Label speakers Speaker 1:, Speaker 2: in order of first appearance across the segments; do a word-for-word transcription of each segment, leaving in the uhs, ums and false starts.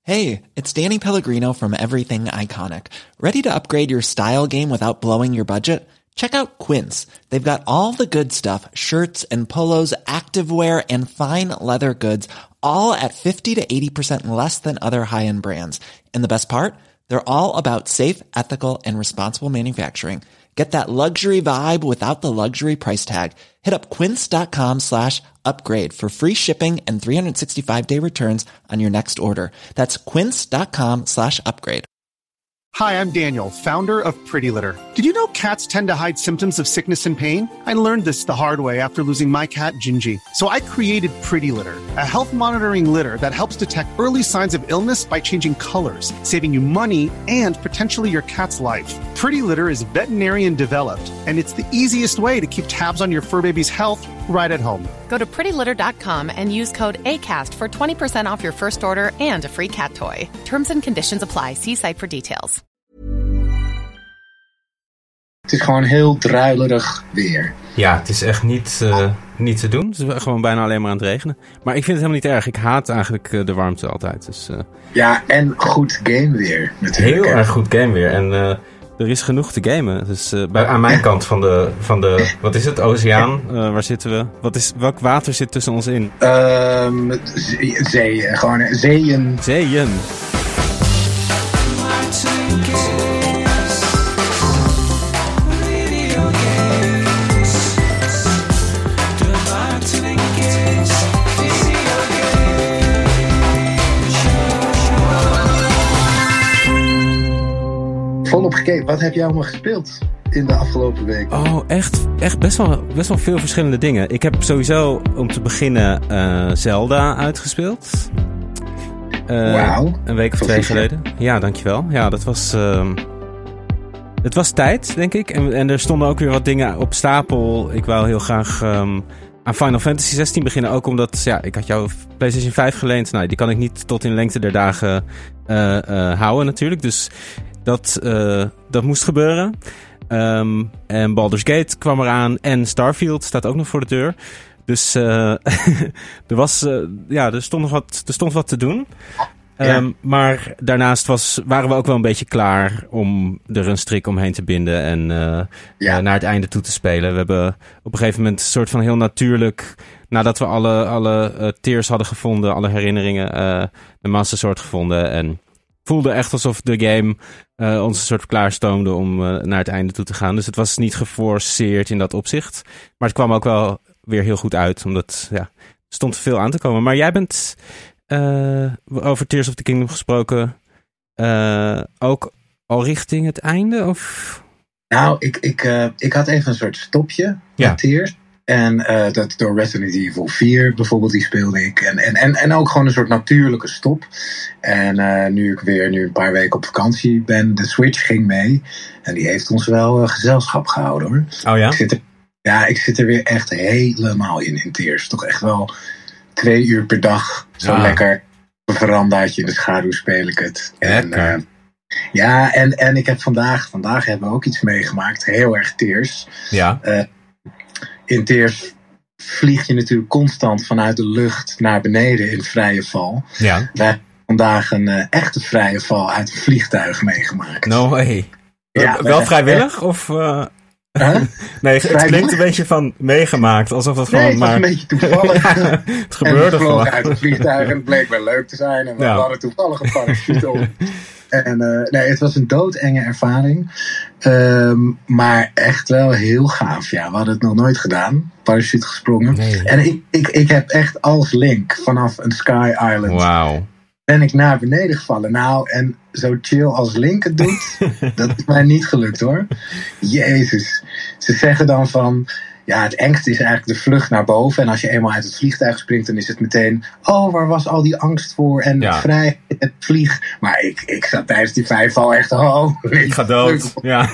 Speaker 1: Hey, it's Danny Pellegrino from Everything Iconic. Ready to upgrade your style game without blowing your budget? Check out Quince. They've got all the good stuff, shirts and polos, activewear, and fine leather goods, all at fifty to eighty percent less than other high-end brands. And the best part? They're all about safe, ethical, and responsible manufacturing. Get that luxury vibe without the luxury price tag. Hit up quince.com slash upgrade for free shipping and three sixty-five day returns on your next order. That's quince.com slash upgrade.
Speaker 2: Hi, I'm Daniel, founder of Pretty Litter. Did you know cats tend to hide symptoms of sickness and pain? I learned this the hard way after losing my cat, Gingy. So I created Pretty Litter, a health monitoring litter that helps detect early signs of illness by changing colors, saving you money and potentially your cat's life. Pretty Litter is veterinarian developed, and it's the easiest way to keep tabs on your fur baby's health right at home.
Speaker 3: Go to pretty litter dot com and use code ACAST for twenty percent off your first order and a free cat toy. Terms and conditions apply. See site for details.
Speaker 4: Het is gewoon heel druilerig weer.
Speaker 5: Ja, het is echt niet, uh, niet te doen. Het is gewoon bijna alleen maar aan het regenen. Maar ik vind het helemaal niet erg. Ik haat eigenlijk uh, de warmte altijd. Dus, uh...
Speaker 4: Ja, en goed gameweer natuurlijk.
Speaker 5: Heel erg goed gameweer. En uh, er is genoeg te gamen. Dus uh, bij, aan mijn kant van de, van de... Wat is het? Oceaan? Uh, waar zitten we? Wat is, welk water zit tussen ons in?
Speaker 4: Um, zee, zee, gewoon zeeën.
Speaker 5: Zeeën.
Speaker 4: Volop gekeken. Wat heb jij allemaal gespeeld in de afgelopen week?
Speaker 5: Oh, echt, echt best wel, best wel veel verschillende dingen. Ik heb sowieso, om te beginnen, uh, Zelda uitgespeeld. Uh,
Speaker 4: Wauw.
Speaker 5: Een week of twee geleden. Ja, dankjewel. Ja, dat was... Uh, het was tijd, denk ik. En, en er stonden ook weer wat dingen op stapel. Ik wou heel graag um, aan Final Fantasy zestien beginnen. Ook omdat, ja, ik had jouw PlayStation vijf geleend. Nou, die kan ik niet tot in lengte der dagen uh, uh, houden natuurlijk. Dus dat, uh, dat moest gebeuren. Um, en Baldur's Gate kwam eraan. En Starfield staat ook nog voor de deur. Dus uh, er was, uh, ja, er stond nog wat, er stond wat te doen. Ja. Um, maar daarnaast was, waren we ook wel een beetje klaar om er een strik omheen te binden en uh, ja. uh, naar het einde toe te spelen. We hebben op een gegeven moment een soort van heel natuurlijk, nadat we alle, alle uh, tiers hadden gevonden, alle herinneringen, uh, de Master Sword gevonden. En voelde echt alsof de game uh, ons een soort klaarstoomde om uh, naar het einde toe te gaan. Dus het was niet geforceerd in dat opzicht. Maar het kwam ook wel weer heel goed uit, omdat ja, er stond veel aan te komen. Maar jij bent... Uh, over Tears of the Kingdom gesproken, uh, ook al richting het einde? Of?
Speaker 4: Nou, ik, ik, uh, ik had even een soort stopje
Speaker 5: ja.
Speaker 4: met Tears. En uh, dat door Resident Evil vier bijvoorbeeld, die speelde ik. En, en, en, en ook gewoon een soort natuurlijke stop. En uh, nu ik weer nu een paar weken op vakantie ben, de Switch ging mee. En die heeft ons wel uh, gezelschap gehouden, hoor.
Speaker 5: Oh ja?
Speaker 4: Ik zit er, ja, ik zit er weer echt helemaal in, in Tears. Toch echt wel... Twee uur per dag, zo ah. lekker op een verandaatje in de schaduw speel ik het. En, uh, ja, en, en ik heb vandaag, vandaag hebben we ook iets meegemaakt, heel erg Tears.
Speaker 5: Ja.
Speaker 4: Uh, in Tears vlieg je natuurlijk constant vanuit de lucht naar beneden in vrije val.
Speaker 5: Ja.
Speaker 4: Wij hebben vandaag een uh, echte vrije val uit een vliegtuig meegemaakt.
Speaker 5: No way. Ja, wel vrijwillig echt, of... Uh...
Speaker 4: Huh?
Speaker 5: Nee, het klinkt een beetje van meegemaakt. Alsof dat gewoon
Speaker 4: nee, het
Speaker 5: maar...
Speaker 4: was een beetje toevallig.
Speaker 5: Ja, het gebeurde gewoon.
Speaker 4: En we vlogen uit het vliegtuig en het bleek wel leuk te zijn. En we ja. hadden toevallig een parachute op. En uh, nee, het was een doodenge ervaring. Um, maar echt wel heel gaaf. Ja, we hadden het nog nooit gedaan. Parachute gesprongen.
Speaker 5: Nee.
Speaker 4: En ik, ik, ik heb echt als Link vanaf een Sky Island...
Speaker 5: Wauw.
Speaker 4: Ben ik naar beneden gevallen. Nou, en zo chill als Link het doet, dat is mij niet gelukt, hoor. Jezus. Ze zeggen dan van, ja, het engste is eigenlijk de vlucht naar boven. En als je eenmaal uit het vliegtuig springt, dan is het meteen, oh, waar was al die angst voor? En ja. vrij, het vlieg. Maar ik, ik zat tijdens die vijfval echt, oh,
Speaker 5: ik ga dood. Ja.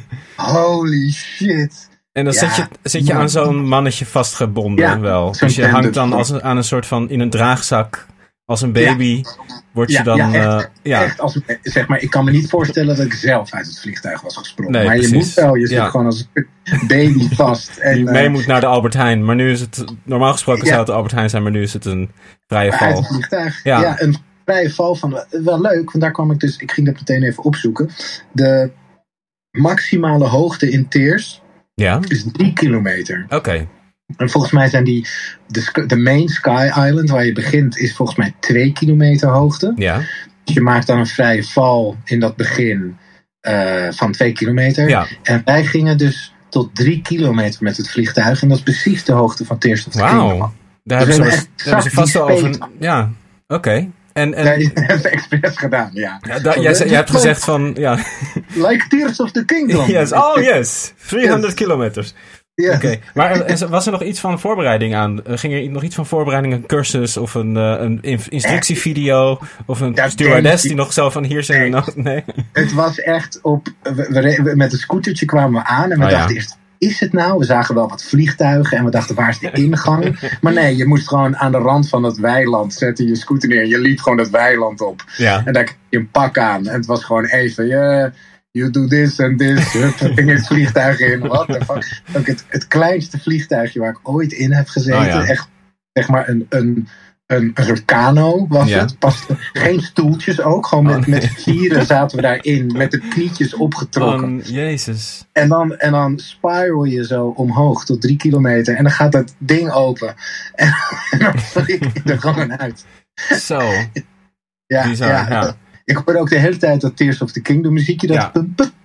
Speaker 4: Holy shit.
Speaker 5: En dan ja, zit je, zit je aan zo'n mannetje vastgebonden ja, wel. Dus je hangt dan als, aan een soort van, in een draagzak... Als een baby ja. word je ja, dan... Ja, echt, uh, ja.
Speaker 4: echt als, zeg maar, ik kan me niet voorstellen dat ik zelf uit het vliegtuig was gesprongen.
Speaker 5: Nee,
Speaker 4: maar
Speaker 5: precies.
Speaker 4: je moet wel, je zit ja. gewoon als een baby vast. En,
Speaker 5: die mee
Speaker 4: uh,
Speaker 5: moet naar de Albert Heijn. Maar nu is het... Normaal gesproken ja. zou het de Albert Heijn zijn, maar nu is het een vrije val.
Speaker 4: Uit het vliegtuig. Ja, ja een vrije val van, wel leuk, want daar kwam ik dus, ik ging dat meteen even opzoeken. De maximale hoogte in Tears
Speaker 5: ja?
Speaker 4: is drie kilometer.
Speaker 5: Oké. Okay.
Speaker 4: En volgens mij zijn die, de, de main Sky Island waar je begint, is volgens mij twee kilometer hoogte.
Speaker 5: Ja.
Speaker 4: Dus je maakt dan een vrije val in dat begin uh, van twee kilometer.
Speaker 5: Ja.
Speaker 4: En wij gingen dus tot drie kilometer met het vliegtuig. En dat is precies de hoogte van Tears of the Kingdom.
Speaker 5: Wauw. Daar
Speaker 4: dus
Speaker 5: hebben ze,
Speaker 4: echt
Speaker 5: hebben ze vast wel over... Ja, oké. Okay. En, en...
Speaker 4: Nee, dat hebben ze expres gedaan, ja.
Speaker 5: ja da, jij, jij hebt gezegd van... Ja.
Speaker 4: Like Tears of the Kingdom.
Speaker 5: Yes. Oh yes, driehonderd yes. kilometers.
Speaker 4: Yes.
Speaker 5: Oké, okay. Maar was er nog iets van voorbereiding aan? Ging er nog iets van voorbereiding, een cursus of een, uh, een instructievideo? Of een ja, stewardess die nog zo van hier zijn? Nee. nee.
Speaker 4: Het was echt op... We, we, met een scootertje kwamen we aan en we oh, dachten ja. eerst... Is het nou? We zagen wel wat vliegtuigen en we dachten, waar is de ingang? Maar nee, je moest gewoon aan de rand van het weiland zetten je scooter neer. Je liep gewoon het weiland op.
Speaker 5: Ja.
Speaker 4: En daar kreeg je een pak aan. En het was gewoon even, yeah, you do this and this. Hup, er ging het vliegtuig in. What the fuck? Ook het, het kleinste vliegtuigje waar ik ooit in heb gezeten. Oh, ja. Echt, zeg maar, een... een Een, een soort kano was ja. het. Paste, geen stoeltjes ook. Gewoon met, oh, nee. met vieren zaten we daarin. Met de knietjes opgetrokken.
Speaker 5: Oh, jezus.
Speaker 4: En dan, en dan spiral je zo omhoog tot drie kilometer. En dan gaat dat ding open. En, en dan val ik er gewoon uit.
Speaker 5: Zo.
Speaker 4: Ja,
Speaker 5: Bizar,
Speaker 4: ja,
Speaker 5: ja.
Speaker 4: Ik hoorde ook de hele tijd dat Tears of the Kingdom muziekje. Dat
Speaker 5: ja.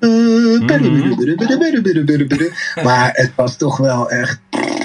Speaker 4: mm-hmm. Maar het was toch wel echt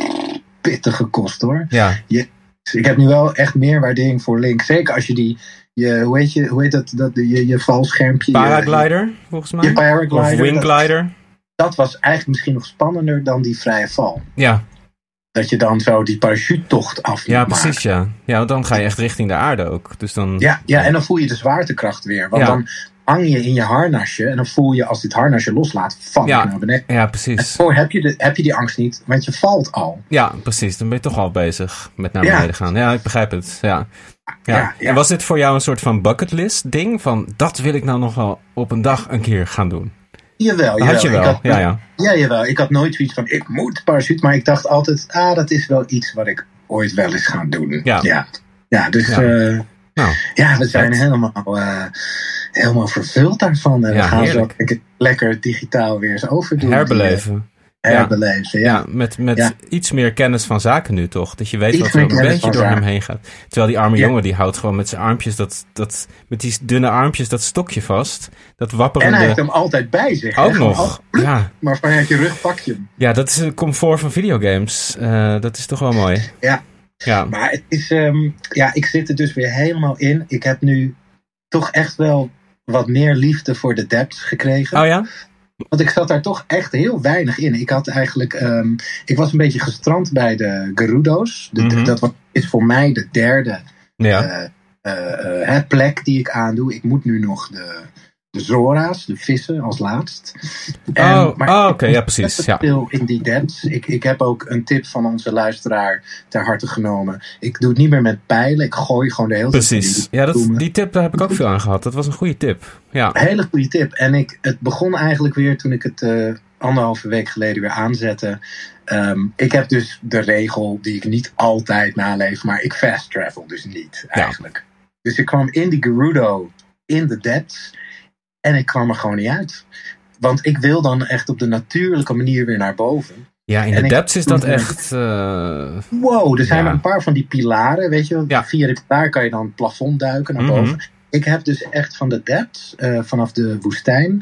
Speaker 4: pittige kost hoor.
Speaker 5: Ja.
Speaker 4: Je, Ik heb nu wel echt meer waardering voor Link. Zeker als je die, je, hoe heet, je, hoe heet dat, dat je, je valschermpje...
Speaker 5: Paraglider,
Speaker 4: je,
Speaker 5: volgens mij.
Speaker 4: Je paraglider.
Speaker 5: Of wingglider.
Speaker 4: Dat, dat was eigenlijk misschien nog spannender dan die vrije val.
Speaker 5: Ja.
Speaker 4: Dat je dan zo die parachutetocht af moet
Speaker 5: Ja, precies,
Speaker 4: maken.
Speaker 5: ja. Ja, want dan ga je echt richting de aarde ook. Dus dan...
Speaker 4: ja, ja, en dan voel je de zwaartekracht weer. Want ja. dan hang je in je harnasje en dan voel je als dit harnasje loslaat, val je
Speaker 5: ja.
Speaker 4: naar beneden.
Speaker 5: Ja, precies.
Speaker 4: En voor heb je, de, heb je die angst niet, want je valt al.
Speaker 5: Ja, precies. Dan ben je toch al bezig met naar beneden ja. gaan. Ja, ik begrijp het. Ja. Ja.
Speaker 4: Ja, ja.
Speaker 5: En was dit voor jou een soort van bucketlist ding? Van, dat wil ik nou nog wel op een dag een keer gaan doen?
Speaker 4: Jawel, jawel.
Speaker 5: Had je wel,
Speaker 4: ik had,
Speaker 5: ja, ja.
Speaker 4: Ja, jawel. Ik had nooit zoiets van, ik moet parachute. Maar ik dacht altijd, ah, dat is wel iets wat ik ooit wel eens ga doen.
Speaker 5: Ja.
Speaker 4: Ja, ja dus
Speaker 5: ja.
Speaker 4: Uh,
Speaker 5: nou,
Speaker 4: ja, we zijn vet. helemaal, uh, helemaal vervuld daarvan. En
Speaker 5: ja,
Speaker 4: we gaan
Speaker 5: heerlijk.
Speaker 4: zo lekker digitaal weer eens overdoen.
Speaker 5: Herbeleven.
Speaker 4: Die, Herbeleven, ja.
Speaker 5: ja. Met, met
Speaker 4: ja.
Speaker 5: iets meer kennis van zaken nu toch? Dat je weet
Speaker 4: iets
Speaker 5: wat er een beetje door
Speaker 4: zaken.
Speaker 5: hem heen gaat. Terwijl die arme
Speaker 4: ja.
Speaker 5: jongen die houdt gewoon met zijn armpjes, dat, dat, met die dunne armpjes dat stokje vast. Dat wapperende...
Speaker 4: En hij heeft hem altijd bij zich.
Speaker 5: Ook
Speaker 4: hè?
Speaker 5: nog,
Speaker 4: Altijd,
Speaker 5: ja.
Speaker 4: Maar vanuit je rug pak je hem.
Speaker 5: Ja, dat is een comfort van videogames. Uh, dat is toch wel mooi.
Speaker 4: Ja,
Speaker 5: ja.
Speaker 4: Maar het is, um, ja, ik zit er dus weer helemaal in. Ik heb nu toch echt wel wat meer liefde voor de depths gekregen.
Speaker 5: Oh ja?
Speaker 4: Want ik zat daar toch echt heel weinig in. Ik had eigenlijk, um, ik was een beetje gestrand bij de Gerudo's. De,
Speaker 5: mm-hmm.
Speaker 4: de, dat is voor mij de derde
Speaker 5: ja.
Speaker 4: uh, uh, uh, plek die ik aandoe. Ik moet nu nog de, de Zora's, de vissen, als laatst.
Speaker 5: En, oh, oh oké, okay. ja precies. Ja.
Speaker 4: Veel in die depths. Ik, ik heb ook een tip van onze luisteraar ter harte genomen. Ik doe het niet meer met pijlen. Ik gooi gewoon de hele tijd.
Speaker 5: Precies. Ja, dat, die tip daar heb ik ook veel aan gehad. Dat was een goede tip. Ja.
Speaker 4: Een hele goede tip. En ik, het begon eigenlijk weer toen ik het uh, anderhalve week geleden weer aanzette. Um, ik heb dus de regel die ik niet altijd naleef, maar ik fast travel dus niet eigenlijk. Ja. Dus ik kwam in die Gerudo in de depths en ik kwam er gewoon niet uit. Want ik wil dan echt op de natuurlijke manier weer naar boven.
Speaker 5: Ja, in
Speaker 4: en
Speaker 5: de depths is dat
Speaker 4: ik,
Speaker 5: echt... Uh,
Speaker 4: wow, er zijn
Speaker 5: ja.
Speaker 4: een paar van die pilaren, weet je. Ja. Via de pilaar kan je dan het plafond duiken naar
Speaker 5: mm-hmm.
Speaker 4: boven. Ik heb dus echt van de depths, uh, vanaf de woestijn,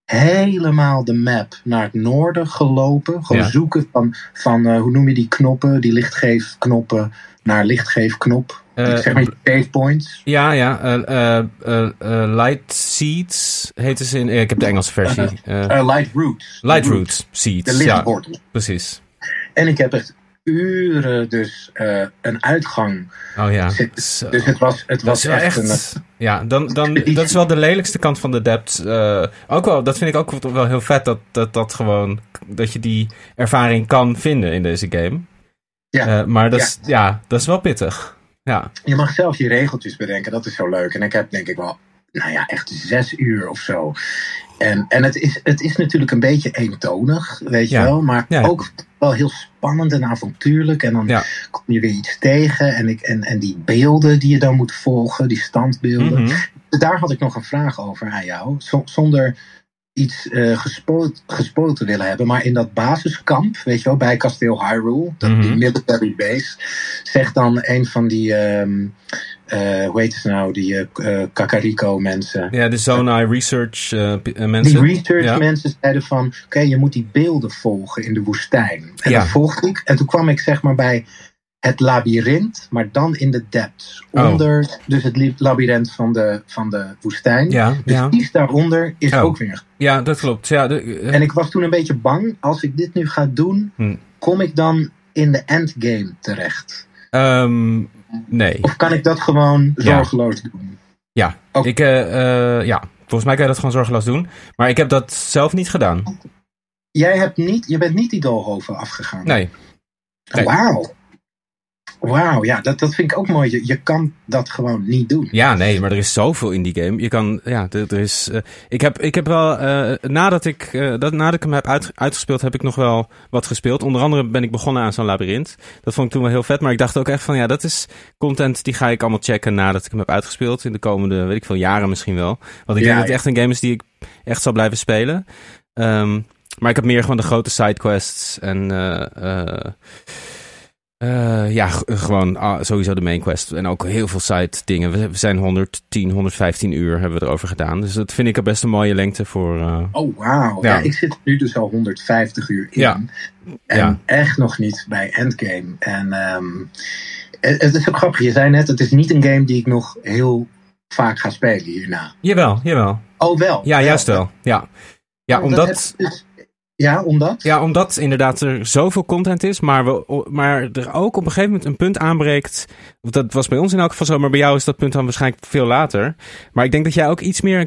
Speaker 4: helemaal de map naar het noorden gelopen. Gewoon
Speaker 5: ja.
Speaker 4: zoeken van, van uh, hoe noem je die knoppen, die lichtgeefknoppen, naar lichtgeefknop. Uh, zeg maar die save points.
Speaker 5: Ja, ja. Uh, uh, uh, uh, light Seeds heet ze in... Uh, ik heb de Engelse versie.
Speaker 4: Uh, uh, light Roots.
Speaker 5: Light Roots Seeds,
Speaker 4: de lichtwortel.
Speaker 5: Ja, precies.
Speaker 4: En ik heb echt uren dus uh, een uitgang.
Speaker 5: Oh ja.
Speaker 4: Zit, dus het was, het was echt, echt een...
Speaker 5: Ja, dan, dan, dat is wel de lelijkste kant van de depths. Uh, ook wel, dat vind ik ook wel heel vet dat, dat, dat gewoon... dat je die ervaring kan vinden in deze game.
Speaker 4: Ja.
Speaker 5: Uh, maar dat is,
Speaker 4: ja.
Speaker 5: ja, dat is wel pittig. Ja.
Speaker 4: Je mag zelf je regeltjes bedenken, dat is zo leuk. En ik heb denk ik wel nou ja, echt zes uur of zo. En, en het, is, het is natuurlijk een beetje eentonig, weet je ja. wel. Maar ja. ook wel heel spannend en avontuurlijk. En dan ja. kom je weer iets tegen. En, ik, en, en die beelden die je dan moet volgen, die standbeelden. Mm-hmm. Daar had ik nog een vraag over aan jou. Z- zonder iets uh, gespoord, gespoord te willen hebben. Maar in dat basiskamp, weet je wel, bij kasteel Hyrule, dat, mm-hmm. die military base, zegt dan een van die... Um, Uh, hoe heet het nou, die uh, Kakariko mensen.
Speaker 5: Ja, de Zonai Research uh, mensen.
Speaker 4: Die research ja. mensen zeiden van, oké, okay, je moet die beelden volgen in de woestijn. En ja. dat volgde ik. En toen kwam ik zeg maar bij het labyrint, maar dan in de depths. Onder, oh. dus het labyrint van de, van de woestijn. Ja, dus ja. iets daaronder is oh. ook weer.
Speaker 5: Ja, dat klopt. Ja, de, uh,
Speaker 4: en ik was toen een beetje bang, als ik dit nu ga doen, hm. kom ik dan in de endgame terecht?
Speaker 5: Um, nee.
Speaker 4: Of kan ik dat gewoon zorgeloos ja. doen?
Speaker 5: Ja, okay. ik, uh, uh, ja, volgens mij kan je dat gewoon zorgeloos doen. Maar ik heb dat zelf niet gedaan.
Speaker 4: Jij hebt niet, je bent niet die doolhoven afgegaan?
Speaker 5: Nee. nee.
Speaker 4: Wauw. Wauw, ja, dat, dat vind ik ook mooi. Je, je kan dat gewoon niet doen.
Speaker 5: Ja, nee, maar er is zoveel in die game. Je kan, ja, er, er is... Uh, ik, heb, ik heb wel, uh, nadat ik, uh, dat, nadat ik hem heb uit, uitgespeeld, heb ik nog wel wat gespeeld. Onder andere ben ik begonnen aan zo'n labyrint. Dat vond ik toen wel heel vet, maar ik dacht ook echt van, ja, dat is content die ga ik allemaal checken nadat ik hem heb uitgespeeld. In de komende, weet ik veel, jaren misschien wel. Want ik ja, denk dat het echt een game is die ik echt zal blijven spelen. Um, maar ik heb meer gewoon de grote sidequests en... Uh, uh, Uh, ja, g- gewoon uh, sowieso de main quest. En ook heel veel side dingen. We, we zijn honderdtien, honderdvijftien uur hebben we erover gedaan. Dus dat vind ik er best een mooie lengte voor. Uh...
Speaker 4: Oh, wauw. Ja. Ja, ik zit nu dus al honderdvijftig uur in.
Speaker 5: Ja.
Speaker 4: En ja. echt nog niet bij endgame. En um, het, het is ook grappig. Je zei net, het is niet een game die ik nog heel vaak ga spelen hierna.
Speaker 5: Jawel, jawel.
Speaker 4: Oh, wel?
Speaker 5: Ja,
Speaker 4: wel.
Speaker 5: juist wel. Ja, ja
Speaker 4: oh,
Speaker 5: omdat...
Speaker 4: Ja, omdat?
Speaker 5: Ja, omdat inderdaad er zoveel content is, maar, we, maar er ook op een gegeven moment een punt aanbreekt. Dat was bij ons in elk geval zo, maar bij jou is dat punt dan waarschijnlijk veel later. Maar ik denk dat jij ook iets meer een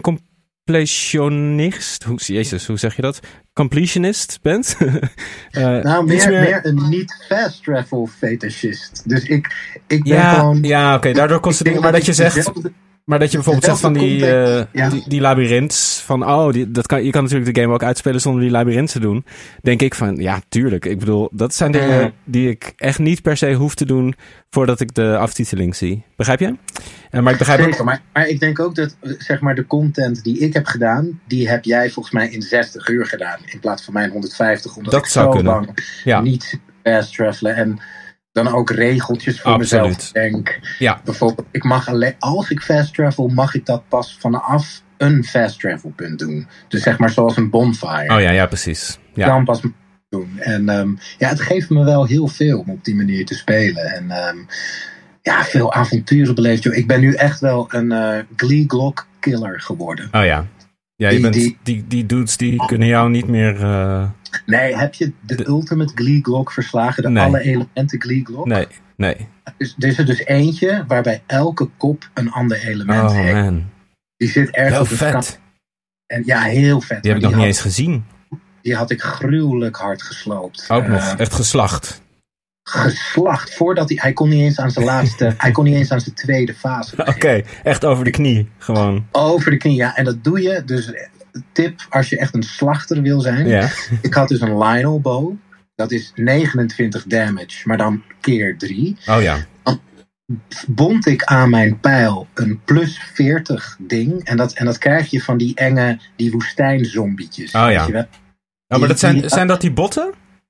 Speaker 5: completionist, hoe, jezus, hoe zeg je dat? Completionist bent? uh,
Speaker 4: nou, meer, meer... meer een niet-fast travel fetishist. Dus ik, ik ben
Speaker 5: ja,
Speaker 4: gewoon...
Speaker 5: Ja, oké, okay, daardoor kost het... Maar dat je zegt... Dezelfde... Maar dat je bijvoorbeeld zegt van die, uh, ja. die, die labyrinths, van oh, die, dat kan, je kan natuurlijk de game ook uitspelen zonder die labyrinths te doen. Denk ik van, ja, tuurlijk. Ik bedoel, dat zijn dingen uh. die ik echt niet per se hoef te doen voordat ik de aftiteling zie. Begrijp je? Uh, maar ik begrijp
Speaker 4: Zeker,
Speaker 5: ook...
Speaker 4: maar, maar ik denk ook dat, zeg maar, de content die ik heb gedaan, die heb jij volgens mij in zestig uur gedaan. In plaats van mijn honderdvijftig, omdat
Speaker 5: dat
Speaker 4: ik
Speaker 5: zou
Speaker 4: zo
Speaker 5: kunnen.
Speaker 4: lang
Speaker 5: ja.
Speaker 4: niet fast travelen en... Dan ook regeltjes voor
Speaker 5: Absoluut.
Speaker 4: mezelf denk.
Speaker 5: Ja.
Speaker 4: Bijvoorbeeld, ik mag alleen, als ik fast travel, mag ik dat pas vanaf een fast travel punt doen. Dus zeg maar zoals een bonfire.
Speaker 5: Oh ja, ja, precies. Ja.
Speaker 4: Dan pas doen. En um, ja, het geeft me wel heel veel om op die manier te spelen. En um, ja, veel avonturen beleefd. Joh. Ik ben nu echt wel een uh, Glee Glock killer geworden.
Speaker 5: Oh ja. Ja, je die, bent, die, die, die dudes die kunnen jou niet meer... Uh...
Speaker 4: Nee, heb je de, de Ultimate Glee Glock verslagen? De
Speaker 5: nee.
Speaker 4: alle elementen Glee Glock?
Speaker 5: Nee, nee.
Speaker 4: Dus, er is er dus eentje waarbij elke kop een ander element
Speaker 5: oh,
Speaker 4: heeft.
Speaker 5: Man.
Speaker 4: Die zit ergens
Speaker 5: heel
Speaker 4: op de
Speaker 5: vet.
Speaker 4: kant. En ja, heel vet.
Speaker 5: Die heb ik nog niet eens gezien.
Speaker 4: Die had ik gruwelijk hard gesloopt.
Speaker 5: Ook uh,
Speaker 4: nog,
Speaker 5: echt geslacht.
Speaker 4: Geslacht, voordat hij... Hij kon niet eens aan zijn laatste... hij kon niet eens aan zijn tweede fase.
Speaker 5: Oké, okay, echt over de knie, gewoon.
Speaker 4: Over de knie, ja. En dat doe je dus... Tip, als je echt een slachter wil zijn.
Speaker 5: Yeah.
Speaker 4: Ik had dus een Lionel bow. Dat is negenentwintig damage, maar dan keer drie.
Speaker 5: Oh ja.
Speaker 4: Dan bond ik aan mijn pijl een plus veertig ding. En dat, en dat krijg je van die enge, die woestijnzombietjes.
Speaker 5: Oh ja.
Speaker 4: Weet je wel?
Speaker 5: Oh, maar dat zijn, die, zijn dat die botten?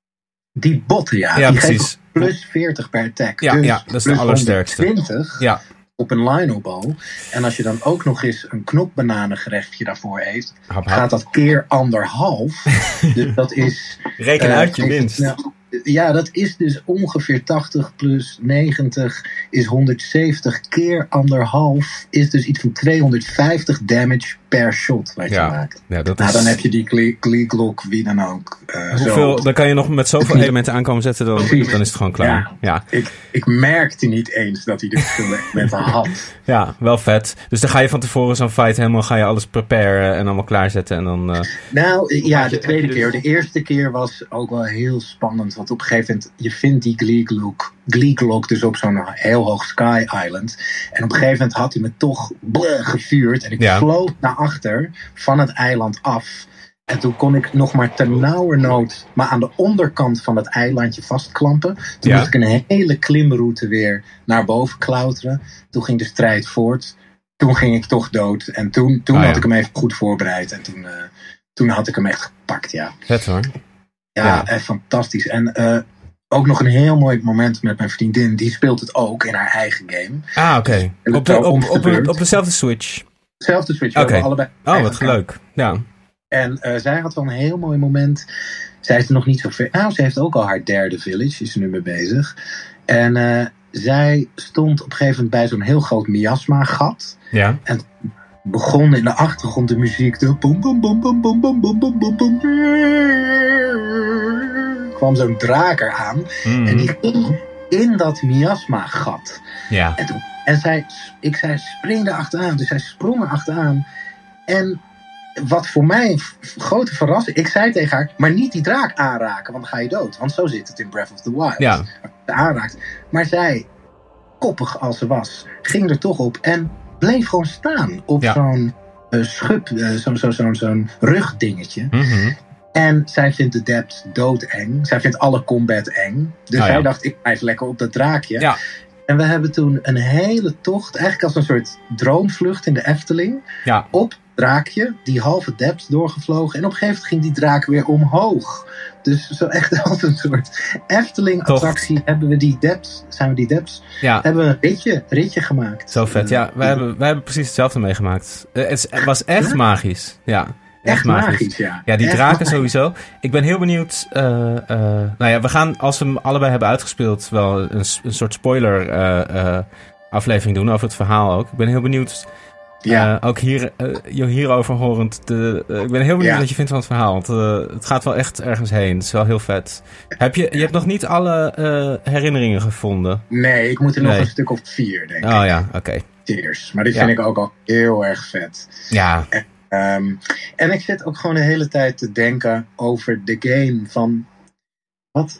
Speaker 4: Die botten, ja.
Speaker 5: Ja,
Speaker 4: die
Speaker 5: precies.
Speaker 4: geven plus veertig per attack.
Speaker 5: Ja,
Speaker 4: dus
Speaker 5: ja, dat is de allersterkste.
Speaker 4: honderdtwintig
Speaker 5: ja.
Speaker 4: op een Lionel bow. En als je dan ook nog eens een knopbananengerechtje daarvoor eet, hap, hap. gaat dat keer anderhalf. Dus dat is...
Speaker 5: Reken uh, uit je winst.
Speaker 4: Nou, ja, dat is dus ongeveer tachtig plus negentig is honderdzeventig keer anderhalf. Is dus iets van tweehonderdvijftig damage per shot wat
Speaker 5: ja.
Speaker 4: je maakt.
Speaker 5: Ja, dat
Speaker 4: nou,
Speaker 5: is...
Speaker 4: dan heb je die Glee, Glee Glock, wie dan ook. Uh,
Speaker 5: Hoeveel,
Speaker 4: zo.
Speaker 5: Dan kan je nog met zoveel elementen aankomen zetten, dan, dan is het gewoon klaar.
Speaker 4: Ja,
Speaker 5: ja.
Speaker 4: Ik, ik merkte niet eens dat hij de verschillende elementen had.
Speaker 5: Ja, wel vet. Dus dan ga je van tevoren zo'n fight helemaal, ga je alles preparen en allemaal klaarzetten en dan... Uh...
Speaker 4: Nou, ja, de tweede keer. De eerste keer was ook wel heel spannend, want op een gegeven moment, je vindt die Glee Glock, Glee Glock dus op zo'n heel hoog Sky Island. En op een gegeven moment had hij me toch bleh, gevuurd en ik
Speaker 5: ja.
Speaker 4: vloog naar achter van het eiland af. En toen kon ik nog maar ternauwernood maar aan de onderkant van het eilandje vastklampen. Toen
Speaker 5: ja.
Speaker 4: moest ik een hele klimroute weer naar boven klauteren. Toen ging de strijd voort. Toen ging ik toch dood. En toen, toen
Speaker 5: ah,
Speaker 4: had
Speaker 5: ja.
Speaker 4: ik hem even goed voorbereid. En toen, uh, toen had ik hem echt gepakt, ja.
Speaker 5: Vet hoor.
Speaker 4: Ja,
Speaker 5: Ja.
Speaker 4: echt fantastisch. En uh, ook nog een heel mooi moment met mijn vriendin. Die speelt het ook in haar eigen game.
Speaker 5: Ah, oké. Okay. Op, de, op, op, op, op dezelfde Switch?
Speaker 4: Dezelfde Switch.
Speaker 5: Oké. Okay.
Speaker 4: Allebei.
Speaker 5: Oh, wat leuk. Ja.
Speaker 4: En uh, zij had wel een heel mooi moment. Zij is er nog niet zo ver. Nou, ze heeft ook al haar derde village. Is er nu mee bezig. En uh, zij stond op een gegeven moment bij zo'n heel groot miasma-gat.
Speaker 5: Ja.
Speaker 4: En begon in de achtergrond de muziek te bom bom bom bom bom bom bom bom bom bom. Kwam zo'n draak eraan. Mm. En die ging in dat miasma-gat.
Speaker 5: Ja.
Speaker 4: En, toen, en zij, ik zei, spring er achteraan. Dus zij sprong er achteraan. En wat voor mij een f- grote verrassing. Ik zei tegen haar, maar niet die draak aanraken, want dan ga je dood. Want zo zit het in Breath of the Wild.
Speaker 5: Ja.
Speaker 4: Als je aanraakt. Maar zij, koppig als ze was, ging er toch op en bleef gewoon staan op ja. zo'n uh, schub, uh, zo'n zo, zo, zo'n rugdingetje.
Speaker 5: Mm-hmm.
Speaker 4: En zij vindt de depths doodeng. Zij vindt alle combat eng. Dus
Speaker 5: oh,
Speaker 4: zij
Speaker 5: ja.
Speaker 4: dacht, ik blijf lekker op dat draakje.
Speaker 5: Ja.
Speaker 4: En we hebben toen een hele tocht, eigenlijk als een soort droomvlucht in de Efteling.
Speaker 5: Ja.
Speaker 4: Op het draakje, die halve depths doorgevlogen. En op een gegeven moment ging die draak weer omhoog. Dus zo echt als een soort Efteling-attractie hebben we die depths, zijn we die depths,
Speaker 5: ja.
Speaker 4: hebben we een ritje, ritje gemaakt.
Speaker 5: Zo vet, ja. Wij hebben, wij hebben precies hetzelfde meegemaakt. Uh, het, het was echt ja? magisch, ja. Echt,
Speaker 4: echt
Speaker 5: magisch.
Speaker 4: magisch, ja.
Speaker 5: Ja, die
Speaker 4: echt
Speaker 5: draken
Speaker 4: magisch.
Speaker 5: Sowieso. Ik ben heel benieuwd. Uh, uh, nou ja, we gaan, als we hem allebei hebben uitgespeeld, wel een, een soort spoiler uh, uh, aflevering doen over het verhaal ook. Ik ben heel benieuwd. Ja. Uh, ook hier, uh, je hierover horend. De, uh, ik ben heel benieuwd ja. wat je vindt van het verhaal. Want uh, het gaat wel echt ergens heen. Het is wel heel vet. Heb je, je hebt nog niet alle uh, herinneringen gevonden?
Speaker 4: Nee, ik moet er nog nee. een stuk of vier, denk ik.
Speaker 5: Oh ja, oké. Okay.
Speaker 4: Tears. Maar dit
Speaker 5: ja.
Speaker 4: vind ik ook al heel erg vet.
Speaker 5: Ja.
Speaker 4: En, um, en ik zit ook gewoon de hele tijd te denken over de game van... Wat...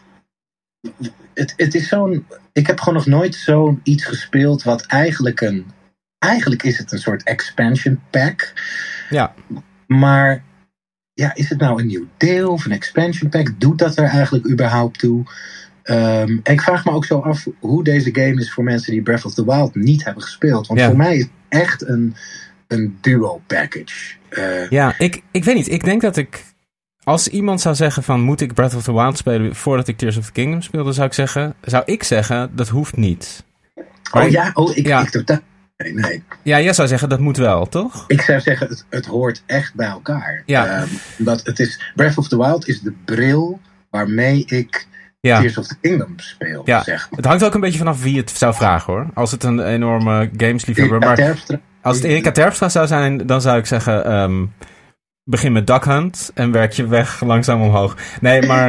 Speaker 4: Het, het is zo'n... Ik heb gewoon nog nooit zoiets gespeeld wat eigenlijk een... Eigenlijk is het een soort expansion pack.
Speaker 5: Ja.
Speaker 4: Maar ja, is het nou een nieuw deel of een expansion pack? Doet dat er eigenlijk überhaupt toe? Um, en ik vraag me ook zo af hoe deze game is voor mensen die Breath of the Wild niet hebben gespeeld. Want ja. voor mij is het echt een, een duo package. Uh,
Speaker 5: ja, ik, ik weet niet. Ik denk dat ik... Als iemand zou zeggen van moet ik Breath of the Wild spelen voordat ik Tears of the Kingdom speel, dan zou ik zeggen, zou ik zeggen dat hoeft niet.
Speaker 4: Maar oh ja, oh, ik,
Speaker 5: ja.
Speaker 4: ik totaal... Nee, nee.
Speaker 5: Ja, jij zou zeggen dat moet wel, toch?
Speaker 4: Ik zou zeggen, het, het hoort echt bij elkaar.
Speaker 5: Ja.
Speaker 4: Um, dat het is, Breath of the Wild is de bril waarmee ik
Speaker 5: ja.
Speaker 4: Tears of the Kingdom speel.
Speaker 5: Ja.
Speaker 4: Zeg maar.
Speaker 5: Het hangt ook een beetje vanaf wie het zou vragen, hoor. Als het een enorme gamesliefhebber... Maar
Speaker 4: Terpstra.
Speaker 5: Als het Erika Terpstra zou zijn, dan zou ik zeggen... Um, begin met Duck Hunt en werk je weg langzaam omhoog. Nee, maar...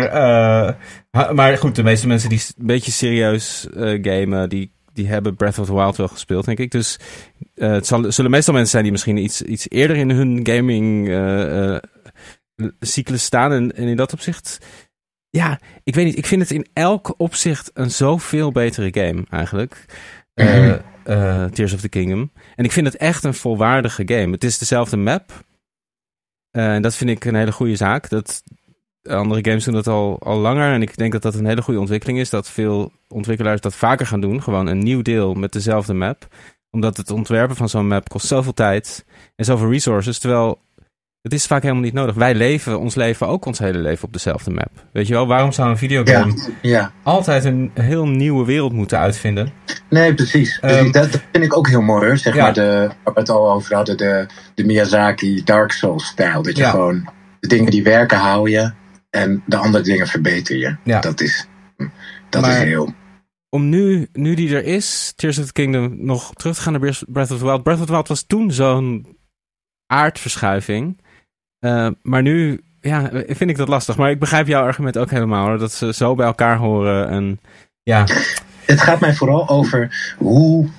Speaker 5: Uh, maar goed, de meeste mensen die een beetje serieus uh, gamen... die Die hebben Breath of the Wild wel gespeeld, denk ik. Dus uh, het zal, zullen meestal mensen zijn die misschien iets, iets eerder in hun gaming uh, uh, cyclus staan. En, en in dat opzicht... Ja, ik weet niet. Ik vind het in elk opzicht een zoveel betere game, eigenlijk. Uh, uh, Tears of the Kingdom. En ik vind het echt een volwaardige game. Het is dezelfde map. Uh, en dat vind ik een hele goede zaak. Dat... Andere games doen dat al, al langer. En ik denk dat dat een hele goede ontwikkeling is. Dat veel ontwikkelaars dat vaker gaan doen. Gewoon een nieuw deel met dezelfde map. Omdat het ontwerpen van zo'n map kost zoveel tijd. En zoveel resources. Terwijl het is vaak helemaal niet nodig. Wij leven ons leven ook ons hele leven op dezelfde map. Weet je wel? Waarom zou een videogame
Speaker 4: ja, ja.
Speaker 5: altijd een heel nieuwe wereld moeten uitvinden?
Speaker 4: Nee, precies. Um, dat, dat vind ik ook heel mooi hoor. Zeg ja. maar de, waar we het al over hadden. De, de Miyazaki Dark Souls stijl. Dat je ja. gewoon de dingen die werken hou je. En de andere dingen verbeter je. Ja. Dat is, dat
Speaker 5: maar
Speaker 4: is heel...
Speaker 5: Om nu, nu die er is, Tears of the Kingdom, nog terug te gaan naar Breath of the Wild. Breath of the Wild was toen zo'n aardverschuiving. Uh, maar nu ja, vind ik dat lastig. Maar ik begrijp jouw argument ook helemaal. Hoor, dat ze zo bij elkaar horen. En, ja.
Speaker 4: Het gaat mij vooral over hoe...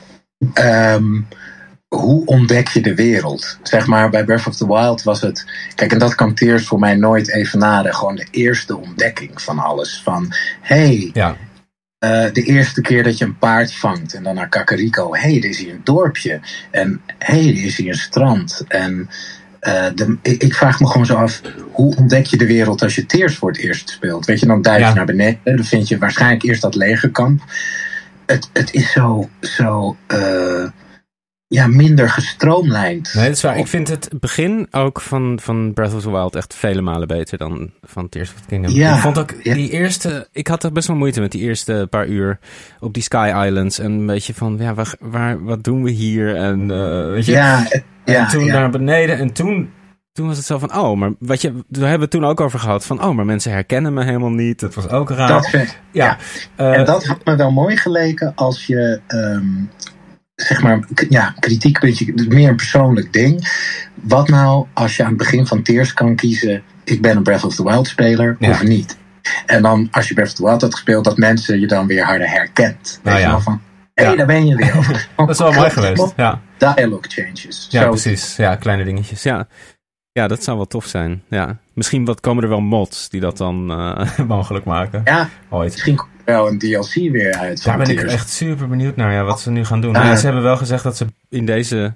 Speaker 4: Um, hoe ontdek je de wereld? Zeg maar, bij Breath of the Wild was het... Kijk, en dat kan Tears voor mij nooit evenaren. Gewoon de eerste ontdekking van alles. Van, hey,
Speaker 5: ja.
Speaker 4: uh, de eerste keer dat je een paard vangt... en dan naar Kakariko. Hey, er is hier een dorpje. En hey, er is hier een strand. En uh, de, ik, ik vraag me gewoon zo af... hoe ontdek je de wereld als je Tears voor het eerst speelt? Weet je, dan duik je ja. naar beneden. Dan vind je waarschijnlijk eerst dat legerkamp. Het, het is zo... zo uh, Ja, minder gestroomlijnd.
Speaker 5: Nee, dat is waar. Ik vind het begin ook van, van Breath of the Wild echt vele malen beter dan van Tears of the Kingdom.
Speaker 4: Ja,
Speaker 5: ik vond ook
Speaker 4: ja.
Speaker 5: die eerste... Ik had er best wel moeite met die eerste paar uur op die Sky Islands. En een beetje van, ja, waar, waar, wat doen we hier? En uh, weet je...
Speaker 4: Ja, ja,
Speaker 5: en toen
Speaker 4: ja.
Speaker 5: naar beneden. En toen, toen was het zo van, oh, maar wat je... Daar hebben we het toen ook over gehad. Van, oh, maar mensen herkennen me helemaal niet. Dat was ook raar.
Speaker 4: Dat vind,
Speaker 5: ja.
Speaker 4: ja.
Speaker 5: Uh,
Speaker 4: en dat had me wel mooi geleken als je... Um, zeg maar, ja, kritiek, beetje, meer een persoonlijk ding. Wat nou als je aan het begin van Tears kan kiezen... ik ben een Breath of the Wild speler, ja. of niet? En dan, als je Breath of the Wild had gespeeld... dat mensen je dan weer harder herkent.
Speaker 5: Nou,
Speaker 4: weet
Speaker 5: ja.
Speaker 4: je wel, van, hé, hey, ja. daar ben je weer. Of,
Speaker 5: dat is wel mooi geweest, ja.
Speaker 4: Dialogue changes.
Speaker 5: Ja,
Speaker 4: Zo.
Speaker 5: precies. Ja, kleine dingetjes, ja. Ja, dat zou wel tof zijn, ja. Misschien wat komen er wel mods die dat dan uh, mogelijk maken.
Speaker 4: Ja,
Speaker 5: ooit.
Speaker 4: Misschien komt er wel een D L C weer uit.
Speaker 5: Daar ben
Speaker 4: Tears.
Speaker 5: ik echt super benieuwd naar, ja, wat ze nu gaan doen.
Speaker 4: Uh,
Speaker 5: ja, ze hebben wel gezegd dat ze in deze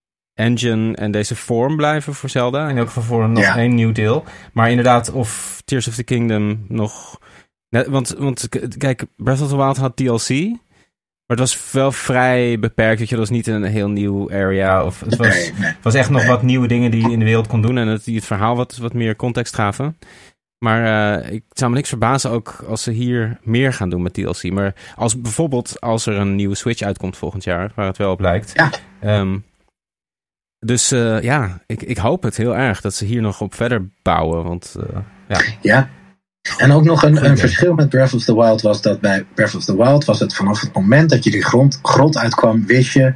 Speaker 5: engine en deze vorm blijven voor Zelda. In elk geval voor nog ja. één nieuw deel. Maar inderdaad, of Tears of the Kingdom nog... Want, want kijk, Breath of the Wild had D L C... Maar het was wel vrij beperkt. Weet je, dat was niet een heel nieuw area. Of het was,
Speaker 4: nee, nee,
Speaker 5: het was echt nog
Speaker 4: nee.
Speaker 5: wat nieuwe dingen die je in de wereld kon doen. En het, die het verhaal wat, wat meer context gaven. Maar uh, ik zou me niks verbazen ook als ze hier meer gaan doen met D L C. Maar als bijvoorbeeld als er een nieuwe Switch uitkomt volgend jaar. Waar het wel op lijkt.
Speaker 4: Ja.
Speaker 5: Um, dus uh, ja, ik, ik hoop het heel erg dat ze hier nog op verder bouwen. Want uh, ja...
Speaker 4: Ja. En ook nog een, een verschil met Breath of the Wild was dat bij Breath of the Wild was het vanaf het moment dat je die grond, grot uitkwam, wist je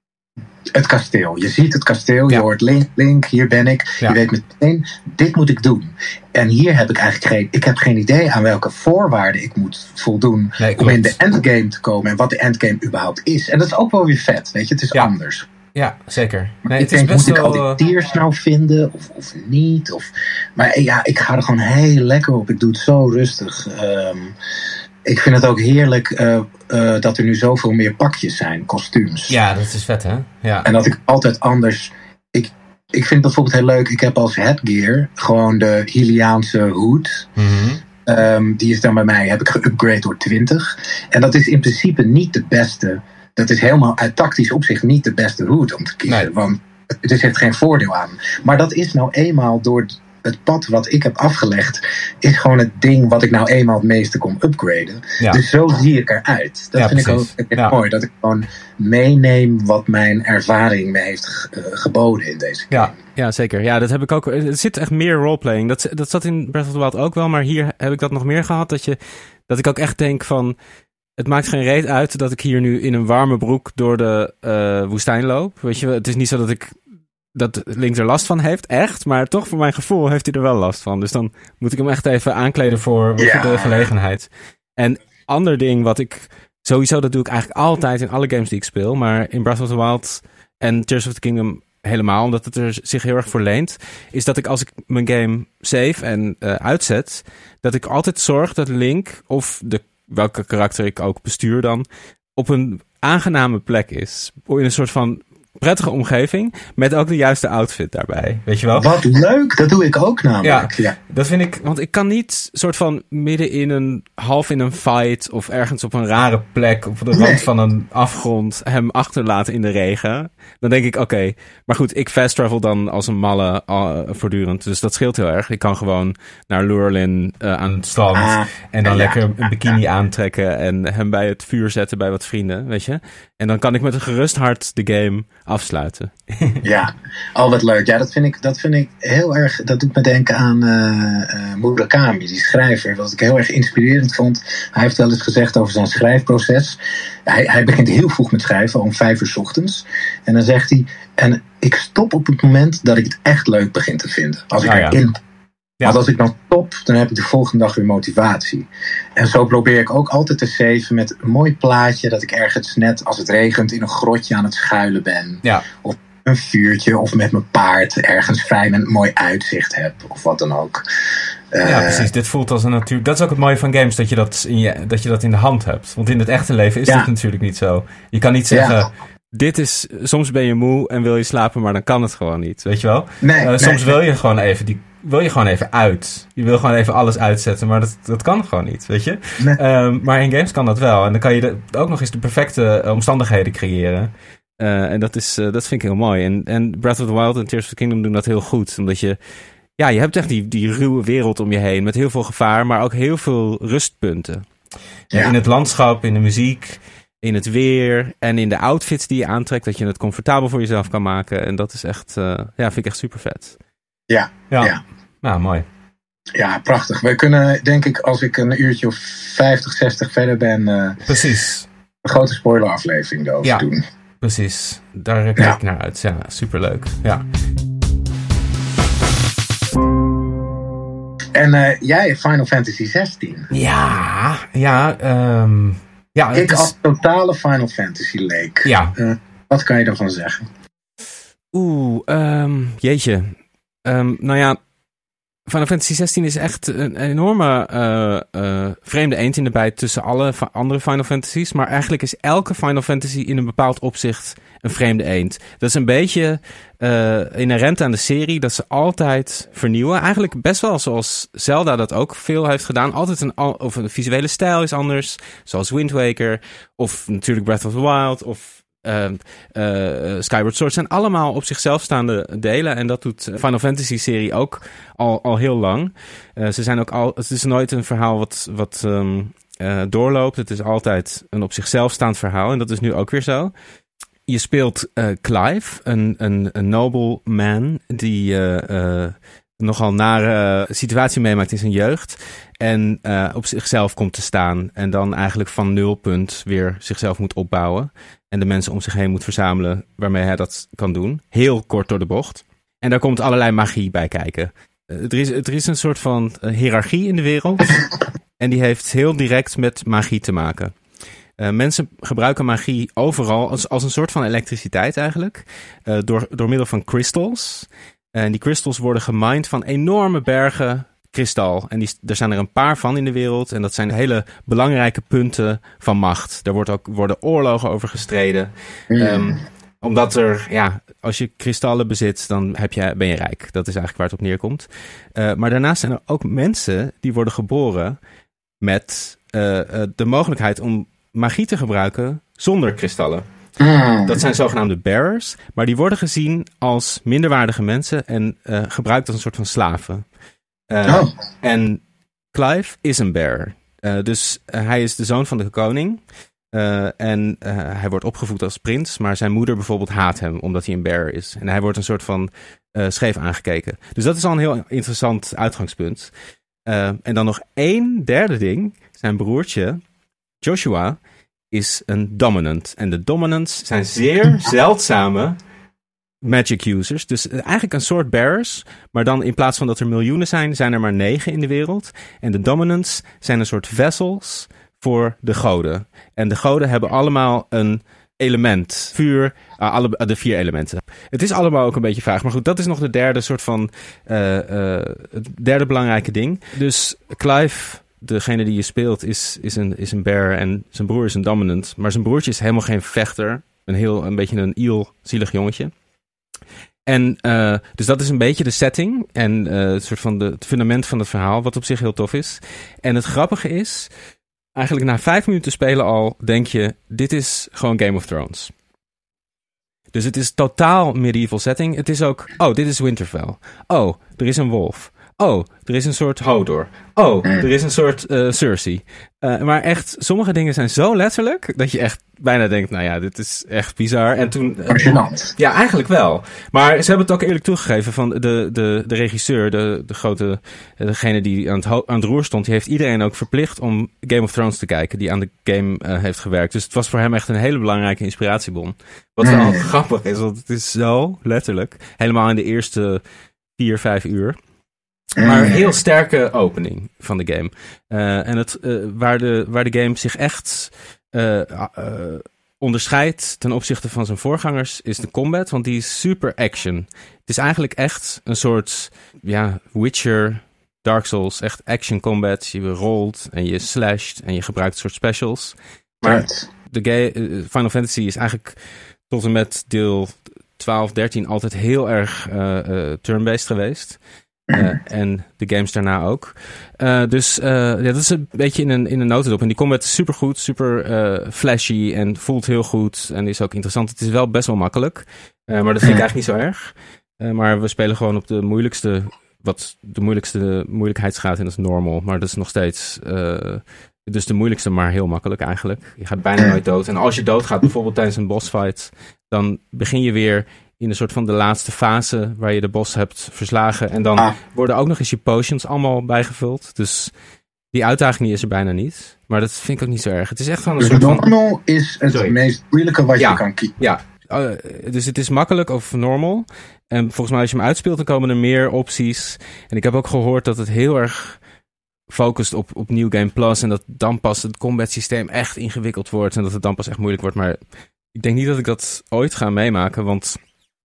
Speaker 4: het kasteel. Je ziet het kasteel,
Speaker 5: ja.
Speaker 4: je hoort Link, Link, hier ben ik.
Speaker 5: Ja.
Speaker 4: Je weet meteen, dit moet ik doen. En hier heb ik eigenlijk geen, ik heb geen idee aan welke voorwaarden ik moet voldoen
Speaker 5: nee,
Speaker 4: om in de endgame te komen en wat de endgame überhaupt is. En dat is ook wel weer vet, weet je, het is
Speaker 5: ja.
Speaker 4: anders.
Speaker 5: Ja, zeker. Nee,
Speaker 4: ik
Speaker 5: het
Speaker 4: denk,
Speaker 5: is best
Speaker 4: moet
Speaker 5: wel...
Speaker 4: ik al die tiers nou vinden of, of niet? Of, maar ja, ik ga er gewoon heel lekker op. Ik doe het zo rustig. Um, ik vind het ook heerlijk uh, uh, dat er nu zoveel meer pakjes zijn, kostuums.
Speaker 5: Ja, dat is vet, hè? Ja.
Speaker 4: En dat ik altijd anders... Ik, ik vind het bijvoorbeeld heel leuk, ik heb als headgear gewoon de Hyliaanse hoed.
Speaker 5: Mm-hmm.
Speaker 4: Um, die is dan bij mij, heb ik geupgrade door twintig. En dat is in principe niet de beste... Dat is helemaal uit tactisch opzicht niet de beste route om te kiezen.
Speaker 5: Nee.
Speaker 4: Want er zit geen voordeel aan. Maar dat is nou eenmaal door het pad wat ik heb afgelegd... is gewoon het ding wat ik nou eenmaal het meeste kon upgraden. Ja. Dus zo zie ik eruit. Dat
Speaker 5: ja,
Speaker 4: vind
Speaker 5: precies.
Speaker 4: ik ook
Speaker 5: ja.
Speaker 4: mooi. Dat ik gewoon meeneem wat mijn ervaring me heeft uh, geboden in deze game.
Speaker 5: Ja. Ja, zeker. Ja, dat heb ik ook. Er zit echt meer roleplaying. Dat, dat zat in Breath of the Wild ook wel. Maar hier heb ik dat nog meer gehad. Dat, je, dat ik ook echt denk van... Het maakt geen reet uit dat ik hier nu in een warme broek door de uh, woestijn loop. Weet je, het is niet zo dat ik dat Link er last van heeft, echt. Maar toch, voor mijn gevoel, heeft hij er wel last van. Dus dan moet ik hem echt even aankleden voor ja. de gelegenheid. En ander ding wat ik... Sowieso, dat doe ik eigenlijk altijd in alle games die ik speel. Maar in Breath of the Wild en Tears of the Kingdom helemaal, omdat het er zich heel erg voor leent, is dat ik als ik mijn game save en uh, uitzet, dat ik altijd zorg dat Link of de welke karakter ik ook bestuur dan, op een aangename plek is. In een soort van prettige omgeving, met ook de juiste outfit daarbij. Weet je wel?
Speaker 4: Wat leuk, dat doe ik ook namelijk.
Speaker 5: Ja, ja. Dat vind ik, want ik kan niet soort van midden in een, half in een fight, of ergens op een rare plek, op de rand nee. van een afgrond, hem achterlaten in de regen. Dan denk ik, oké, okay. Maar goed, ik fast travel dan als een malle uh, voortdurend, dus dat scheelt heel erg. Ik kan gewoon naar Lurelin uh, aan het strand, ah, en dan ja, lekker een bikini ja. aantrekken en hem bij het vuur zetten bij wat vrienden, weet je. En dan kan ik met een gerust hart de game afsluiten.
Speaker 4: Ja, oh wat leuk. Ja, dat vind ik, dat vind ik heel erg, dat doet me denken aan uh, uh, Murakami, die schrijver. Wat ik heel erg inspirerend vond. Hij heeft wel eens gezegd over zijn schrijfproces. Hij, hij begint heel vroeg met schrijven, om vijf uur 's ochtends. En dan zegt hij, en ik stop op het moment dat ik het echt leuk begin te vinden. Als ik
Speaker 5: ah, ja.
Speaker 4: erin
Speaker 5: Ja.
Speaker 4: Want als ik dan stop, dan heb ik de volgende dag weer motivatie. En zo probeer ik ook altijd te saven met een mooi plaatje, dat ik ergens net als het regent in een grotje aan het schuilen ben.
Speaker 5: Ja.
Speaker 4: Of een vuurtje, of met mijn paard ergens fijn een mooi uitzicht heb. Of wat dan ook. Uh,
Speaker 5: Ja, precies. Dit voelt als een natuur. Dat is ook het mooie van games, dat je dat in, je, dat je dat in de hand hebt. Want in het echte leven is
Speaker 4: ja.
Speaker 5: dit natuurlijk niet zo. Je kan niet zeggen,
Speaker 4: Ja.
Speaker 5: dit is, soms ben je moe en wil je slapen, maar dan kan het gewoon niet. Weet je wel?
Speaker 4: Nee,
Speaker 5: uh,
Speaker 4: nee,
Speaker 5: soms
Speaker 4: nee.
Speaker 5: wil je gewoon even die, wil je gewoon even uit. Je wil gewoon even alles uitzetten, maar dat, dat kan gewoon niet, weet je?
Speaker 4: Nee.
Speaker 5: Um, maar in games kan dat wel. En dan kan je de, ook nog eens de perfecte uh, omstandigheden creëren. Uh, en dat, is, uh, dat vind ik heel mooi. En, en Breath of the Wild en Tears of the Kingdom doen dat heel goed. Omdat je, ja, je hebt echt die, die ruwe wereld om je heen. Met heel veel gevaar, maar ook heel veel rustpunten. Ja. In het landschap, in de muziek, in het weer en in de outfits die je aantrekt. Dat je het comfortabel voor jezelf kan maken. En dat is echt, uh, ja, vind ik echt super vet.
Speaker 4: Ja, ja. ja.
Speaker 5: Nou, mooi.
Speaker 4: Ja, prachtig. We kunnen, denk ik, als ik een uurtje of vijftig, zestig verder ben, uh,
Speaker 5: precies.
Speaker 4: een grote spoileraflevering erover
Speaker 5: ja,
Speaker 4: doen.
Speaker 5: Precies. Daar kijk
Speaker 4: ja.
Speaker 5: ik naar uit. Ja, superleuk. Ja.
Speaker 4: En uh, jij, Final Fantasy zestien.
Speaker 5: Ja, ja. Um, ja
Speaker 4: ik
Speaker 5: is...
Speaker 4: als totale Final Fantasy leek.
Speaker 5: Ja.
Speaker 4: Uh, wat kan je daarvan zeggen?
Speaker 5: Oeh, um, jeetje. Um, nou ja, Final Fantasy zestien is echt een enorme uh, uh, vreemde eend in de bijt tussen alle fa- andere Final Fantasies. Maar eigenlijk is elke Final Fantasy in een bepaald opzicht een vreemde eend. Dat is een beetje uh, inherent aan de serie, dat ze altijd vernieuwen. Eigenlijk best wel zoals Zelda dat ook veel heeft gedaan. Altijd een, of een visuele stijl is anders, zoals Wind Waker. Of natuurlijk Breath of the Wild, of Uh, uh, Skyward Sword zijn allemaal op zichzelf staande delen. En dat doet Final Fantasy-serie ook al, al heel lang. Uh, ze zijn ook al, het is nooit een verhaal wat, wat um, uh, doorloopt. Het is altijd een op zichzelf staand verhaal. En dat is nu ook weer zo. Je speelt uh, Clive, een, een, een nobleman die uh, uh, nogal nare situatie meemaakt in zijn jeugd. En uh, op zichzelf komt te staan. En dan eigenlijk van nulpunt weer zichzelf moet opbouwen. En de mensen om zich heen moet verzamelen waarmee hij dat kan doen. Heel kort door de bocht. En daar komt allerlei magie bij kijken. Uh, er, is, er is een soort van uh, hiërarchie in de wereld. En die heeft heel direct met magie te maken. Uh, mensen gebruiken magie overal als, als een soort van elektriciteit eigenlijk. Uh, door, door middel van crystals. En die crystals worden gemined van enorme bergen kristal. En die, er zijn er een paar van in de wereld. En dat zijn hele belangrijke punten van macht. Daar wordt ook, worden oorlogen over gestreden. Mm. Um, omdat er, ja, als je kristallen bezit, dan heb je, ben je rijk. Dat is eigenlijk waar het op neerkomt. Uh, maar daarnaast zijn er ook mensen die worden geboren met uh, uh, de mogelijkheid om magie te gebruiken zonder kristallen. Mm. Dat zijn zogenaamde bearers. Maar die worden gezien als minderwaardige mensen en uh, gebruikt als een soort van slaven. Uh, oh. En Clive is een bearer. Uh, dus uh, hij is de zoon van de koning. Uh, en uh, hij wordt opgevoed als prins. Maar zijn moeder bijvoorbeeld haat hem omdat hij een bearer is. En hij wordt een soort van uh, scheef aangekeken. Dus dat is al een heel interessant uitgangspunt. Uh, en dan nog één derde ding. Zijn broertje, Joshua, is een dominant. En de dominants zijn zeer zeldzame magic users. Dus eigenlijk een soort bearers. Maar dan in plaats van dat er miljoenen zijn, zijn er maar negen in de wereld. En de dominants zijn een soort vessels voor de goden. En de goden hebben allemaal een element. Vuur, uh, alle, uh, de vier elementen. Het is allemaal ook een beetje vaag. Maar goed, dat is nog de derde soort van uh, uh, het derde belangrijke ding. Dus Clive, degene die je speelt, is, is, een, is een bear en zijn broer is een dominant. Maar zijn broertje is helemaal geen vechter. Een heel, een beetje een iel, zielig jongetje. En uh, dus dat is een beetje de setting en uh, het soort van de, het fundament van het verhaal, wat op zich heel tof is. En het grappige is, eigenlijk na vijf minuten spelen al, denk je, dit is gewoon Game of Thrones. Dus het is totaal medieval setting. Het is ook, oh, dit is Winterfell. Oh, er is een wolf. Oh, er is een soort Hodor. Oh, er is een soort uh, Cersei. Uh, maar echt, sommige dingen zijn zo letterlijk dat je echt bijna denkt, nou ja, dit is echt bizar. En toen, uh, ja, eigenlijk wel. Maar ze hebben het ook eerlijk toegegeven van de, de, de regisseur, de, de grote, degene die aan het, ho- aan het roer stond, die heeft iedereen ook verplicht om Game of Thrones te kijken, die aan de game uh, heeft gewerkt. Dus het was voor hem echt een hele belangrijke inspiratiebron. Wat wel mm. grappig is, want het is zo letterlijk. Helemaal in de eerste vier, vijf uur. Maar een heel sterke opening van de game. Uh, en het, uh, waar, de, waar de game zich echt uh, uh, onderscheidt ten opzichte van zijn voorgangers is de combat, want die is super action. Het is eigenlijk echt een soort ja, Witcher, Dark Souls, echt action combat. Je rolt en je slasht en je gebruikt een soort specials. Maar de ga- uh, Final Fantasy is eigenlijk tot en met deel twaalf, dertien altijd heel erg uh, uh, turn-based geweest. Uh, en de games daarna ook. Uh, dus uh, ja, dat is een beetje in een, in een notendop. En die combat is super goed, super uh, flashy en voelt heel goed. En is ook interessant. Het is wel best wel makkelijk. Uh, maar dat vind ik eigenlijk niet zo erg. Uh, maar we spelen gewoon op de moeilijkste, wat de moeilijkste moeilijkheidsgraad in, dat is normal. Maar dat is nog steeds, uh, dus de moeilijkste, maar heel makkelijk eigenlijk. Je gaat bijna nooit dood. En als je doodgaat, bijvoorbeeld tijdens een bossfight, dan begin je weer in een soort van de laatste fase waar je de boss hebt verslagen. En dan ah. worden ook nog eens je potions allemaal bijgevuld. Dus die uitdaging die is er bijna niet. Maar dat vind ik ook niet zo erg. Het is echt gewoon een
Speaker 4: dus
Speaker 5: soort van...
Speaker 4: normal is het Sorry. meest moeilijke wat
Speaker 5: ja,
Speaker 4: je kan kiezen.
Speaker 5: Ja, uh, dus het is makkelijk of normal. En volgens mij als je hem uitspeelt, dan komen er meer opties. En ik heb ook gehoord dat het heel erg focust op, op New Game Plus. En dat dan pas het combat systeem echt ingewikkeld wordt. En dat het dan pas echt moeilijk wordt. Maar ik denk niet dat ik dat ooit ga meemaken, want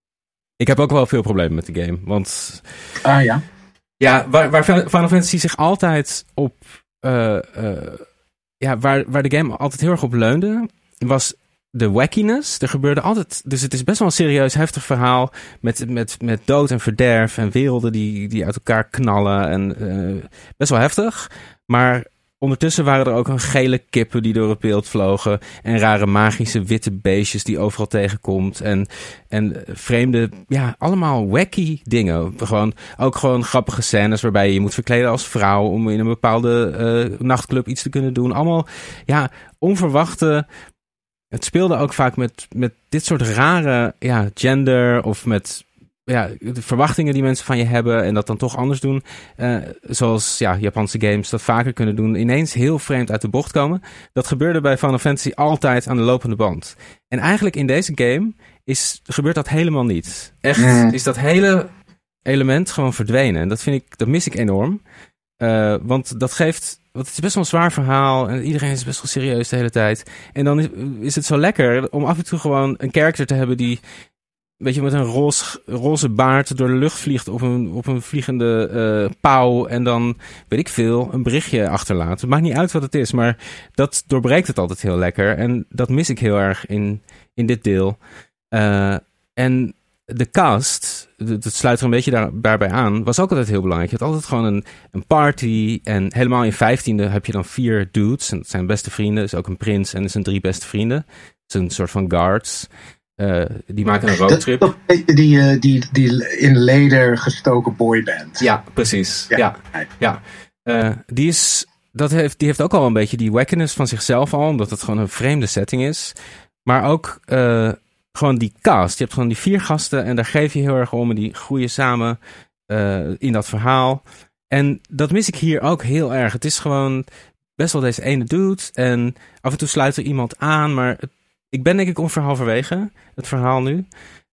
Speaker 5: ik heb ook wel veel problemen met de game. Want
Speaker 4: ah ja,
Speaker 5: ja, waar, waar Final Fantasy zich altijd op, uh, uh, ja, waar, waar de game altijd heel erg op leunde, was de wackiness. Er gebeurde altijd, dus het is best wel een serieus heftig verhaal met, met, met dood en verderf en werelden die, die uit elkaar knallen en uh, best wel heftig. Maar ondertussen waren er ook een gele kippen die door het beeld vlogen. En rare magische witte beestjes die overal tegenkomt. En, en vreemde, ja, allemaal wacky dingen. Gewoon, ook gewoon grappige scènes waarbij je je moet verkleden als vrouw om in een bepaalde uh, nachtclub iets te kunnen doen. Allemaal, ja, onverwachte. Het speelde ook vaak met, met dit soort rare, ja, gender of met, ja, de verwachtingen die mensen van je hebben en dat dan toch anders doen. Uh, zoals, ja, Japanse games dat vaker kunnen doen. Ineens heel vreemd uit de bocht komen. Dat gebeurde bij Final Fantasy altijd aan de lopende band. En eigenlijk in deze game is, gebeurt dat helemaal niet. Echt mm. is dat hele element gewoon verdwenen. En dat vind ik, dat mis ik enorm. Uh, want dat geeft, want het is best wel een zwaar verhaal en iedereen is best wel serieus de hele tijd. En dan is, is het zo lekker om af en toe gewoon een character te hebben die, weet je, met een roze, roze baard door de lucht vliegt op een, op een vliegende uh, pauw en dan, weet ik veel, een berichtje achterlaat. Het maakt niet uit wat het is, maar dat doorbreekt het altijd heel lekker. En dat mis ik heel erg in, in dit deel. Uh, en de cast, dat sluit er een beetje daar, daarbij aan, was ook altijd heel belangrijk. Je had altijd gewoon een, een party en helemaal in vijftiende heb je dan vier dudes. En dat zijn beste vrienden, is ook een prins en zijn drie beste vrienden. Het is een soort van guards. Uh, die maken een roadtrip.
Speaker 4: Dat, dat, die, uh, die, die in leder gestoken boyband.
Speaker 5: Ja, precies. Ja, ja. ja. Uh, die, is, dat heeft, die heeft ook al een beetje die wackiness van zichzelf al, omdat het gewoon een vreemde setting is. Maar ook uh, gewoon die cast. Je hebt gewoon die vier gasten en daar geef je heel erg om en die groeien samen uh, in dat verhaal. En dat mis ik hier ook heel erg. Het is gewoon best wel deze ene dude en af en toe sluit er iemand aan, maar het, ik ben denk ik ongeveer halverwege het verhaal nu.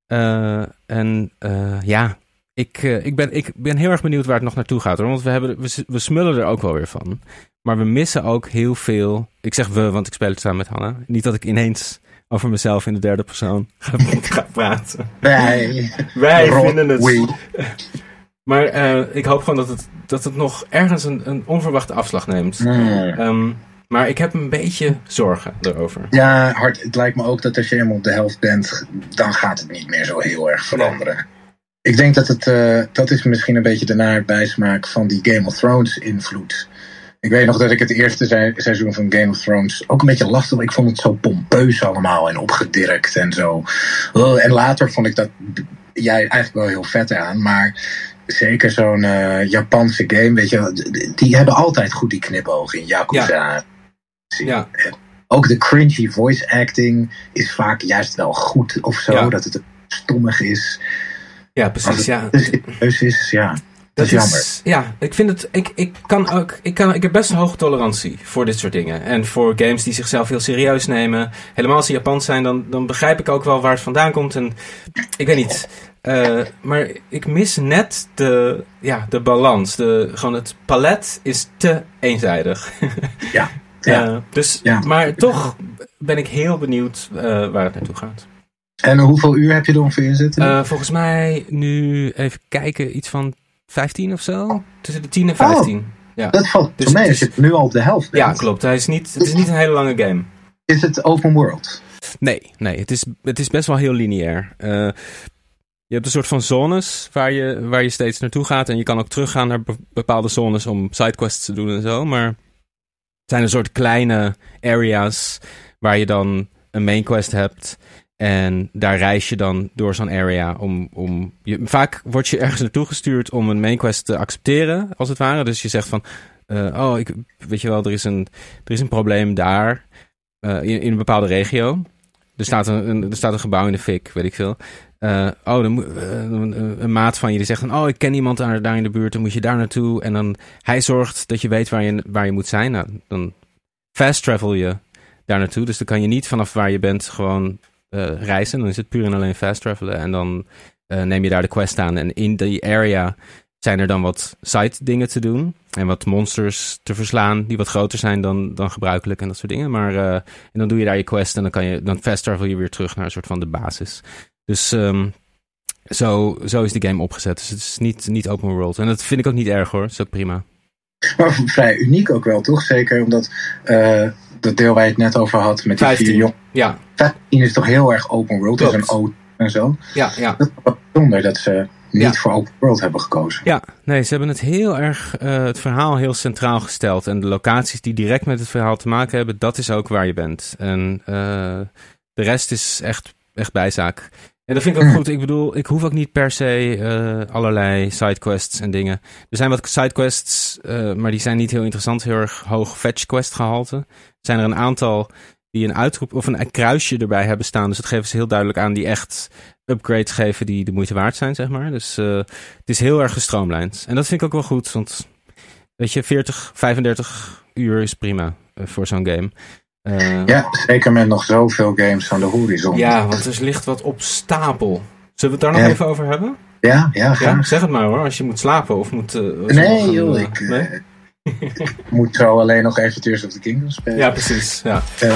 Speaker 5: Uh, en uh, ja, ik, uh, ik, ben, ik ben heel erg benieuwd waar het nog naartoe gaat. Hoor. Want we, hebben, we, we smullen er ook wel weer van. Maar we missen ook heel veel. Ik zeg we, want ik speel het samen met Hanna. Niet dat ik ineens over mezelf in de derde persoon ga, ga praten.
Speaker 4: Wij.
Speaker 5: Wij vinden het. We. Maar uh, ik hoop gewoon dat het, dat het nog ergens een, een onverwachte afslag neemt. Mm. Um, Maar ik heb een beetje zorgen erover.
Speaker 4: Ja, hard. Het lijkt me ook dat als je helemaal op de helft bent, dan gaat het niet meer zo heel erg veranderen. Nee. Ik denk dat het, uh, dat is misschien een beetje de naar bijsmaak van die Game of Thrones invloed. Ik weet nog dat ik het eerste se- seizoen van Game of Thrones ook een beetje lastig vond. Ik vond het zo pompeus allemaal en opgedirkt en zo. En later vond ik dat jij eigenlijk wel heel vet aan, maar zeker zo'n uh, Japanse game, weet je, die, die hebben altijd goed die knipogen in Yakuza.
Speaker 5: Ja. Ja.
Speaker 4: Ook de cringy voice acting is vaak juist wel goed of zo, ja. Dat het stommig is.
Speaker 5: Ja, precies.
Speaker 4: Het,
Speaker 5: ja.
Speaker 4: Dus is, ja. Dat is jammer.
Speaker 5: Is, ja, ik vind het. Ik, ik kan ook. Ik, kan, ik heb best een hoge tolerantie voor dit soort dingen. En voor games die zichzelf heel serieus nemen. Helemaal als ze Japans zijn, dan, dan begrijp ik ook wel waar het vandaan komt. En ik weet niet. Uh, maar ik mis net de, ja, de balans. De, gewoon het palet is te eenzijdig.
Speaker 4: Ja. Ja.
Speaker 5: Uh, dus,
Speaker 4: ja.
Speaker 5: Maar toch ben ik heel benieuwd uh, waar het naartoe gaat.
Speaker 4: En hoeveel uur heb je er ongeveer in zitten?
Speaker 5: Uh, volgens mij nu even kijken, iets van vijftien of zo. Tussen de tien en vijftien. Oh,
Speaker 4: ja. Dat valt dus voor mij als je nu al op de helft bent.
Speaker 5: Ja, klopt. Hij is niet, het is niet een hele lange game.
Speaker 4: Is het open world?
Speaker 5: Nee, nee het, is, het is best wel heel lineair. Uh, je hebt een soort van zones waar je, waar je steeds naartoe gaat. En je kan ook teruggaan naar be- bepaalde zones om sidequests te doen en zo. Maar het zijn een soort kleine areas waar je dan een main quest hebt. En daar reis je dan door zo'n area om... om je, vaak word je ergens naartoe gestuurd om een main quest te accepteren, als het ware. Dus je zegt van, uh, oh, ik, weet je wel, er is een, er is een probleem daar, uh, in, in een bepaalde regio. Er staat een, een, er staat een gebouw in de fik, weet ik veel. Uh, oh, dan moet, uh, een, een maat van je die zegt van, oh, ik ken iemand daar, daar in de buurt, dan moet je daar naartoe. En dan, hij zorgt dat je weet waar je, waar je moet zijn. Nou, dan fast travel je daar naartoe. Dus dan kan je niet vanaf waar je bent gewoon... Uh, reizen, dan is het puur en alleen fast travelen. En dan uh, neem je daar de quest aan. En in die area zijn er dan wat side dingen te doen. En wat monsters te verslaan die wat groter zijn dan, dan gebruikelijk en dat soort dingen. Maar uh, en dan doe je daar je quest en dan kan je dan fast travel je weer terug naar een soort van de basis. Dus um, zo, zo is de game opgezet. Dus het is niet, niet open world. En dat vind ik ook niet erg hoor. Dat is ook prima.
Speaker 4: Maar vrij uniek ook wel, toch? Zeker omdat uh, dat deel waar je het net over had met die
Speaker 5: vijftien,
Speaker 4: vier jongens.
Speaker 5: Ja.
Speaker 4: vijftien is toch heel erg open world. Dus een auto en zo.
Speaker 5: Ja, ja.
Speaker 4: Dat is wel bijzonder dat ze niet
Speaker 5: ja.
Speaker 4: voor open world hebben gekozen.
Speaker 5: Ja, nee, ze hebben het heel erg, uh, het verhaal heel centraal gesteld. En de locaties die direct met het verhaal te maken hebben, dat is ook waar je bent. En uh, de rest is echt, echt bijzaak. En dat vind ik ook goed. Ik bedoel, ik hoef ook niet per se uh, allerlei sidequests en dingen. Er zijn wat sidequests, uh, maar die zijn niet heel interessant. Heel erg hoog fetch quest gehalte. Er zijn er een aantal die een uitroep of een kruisje erbij hebben staan. Dus dat geven ze heel duidelijk aan die echt upgrades geven die de moeite waard zijn, zeg maar. Dus uh, het is heel erg gestroomlijnd. En dat vind ik ook wel goed, want weet je, veertig, vijfendertig uur is prima uh, voor zo'n game. Uh,
Speaker 4: ja, zeker met nog zoveel games van de horizon.
Speaker 5: Ja, want er ligt wat op stapel. Zullen we het daar nog
Speaker 4: ja.
Speaker 5: even over hebben?
Speaker 4: Ja, ja, graag.
Speaker 5: Ja, zeg het maar hoor, als je moet slapen of moet... Uh,
Speaker 4: nee
Speaker 5: een,
Speaker 4: joh,
Speaker 5: uh,
Speaker 4: ik,
Speaker 5: nee?
Speaker 4: Uh, ik moet zo alleen nog even Tears of the Kingdom spelen.
Speaker 5: Ja, precies. Ja.
Speaker 4: Ja.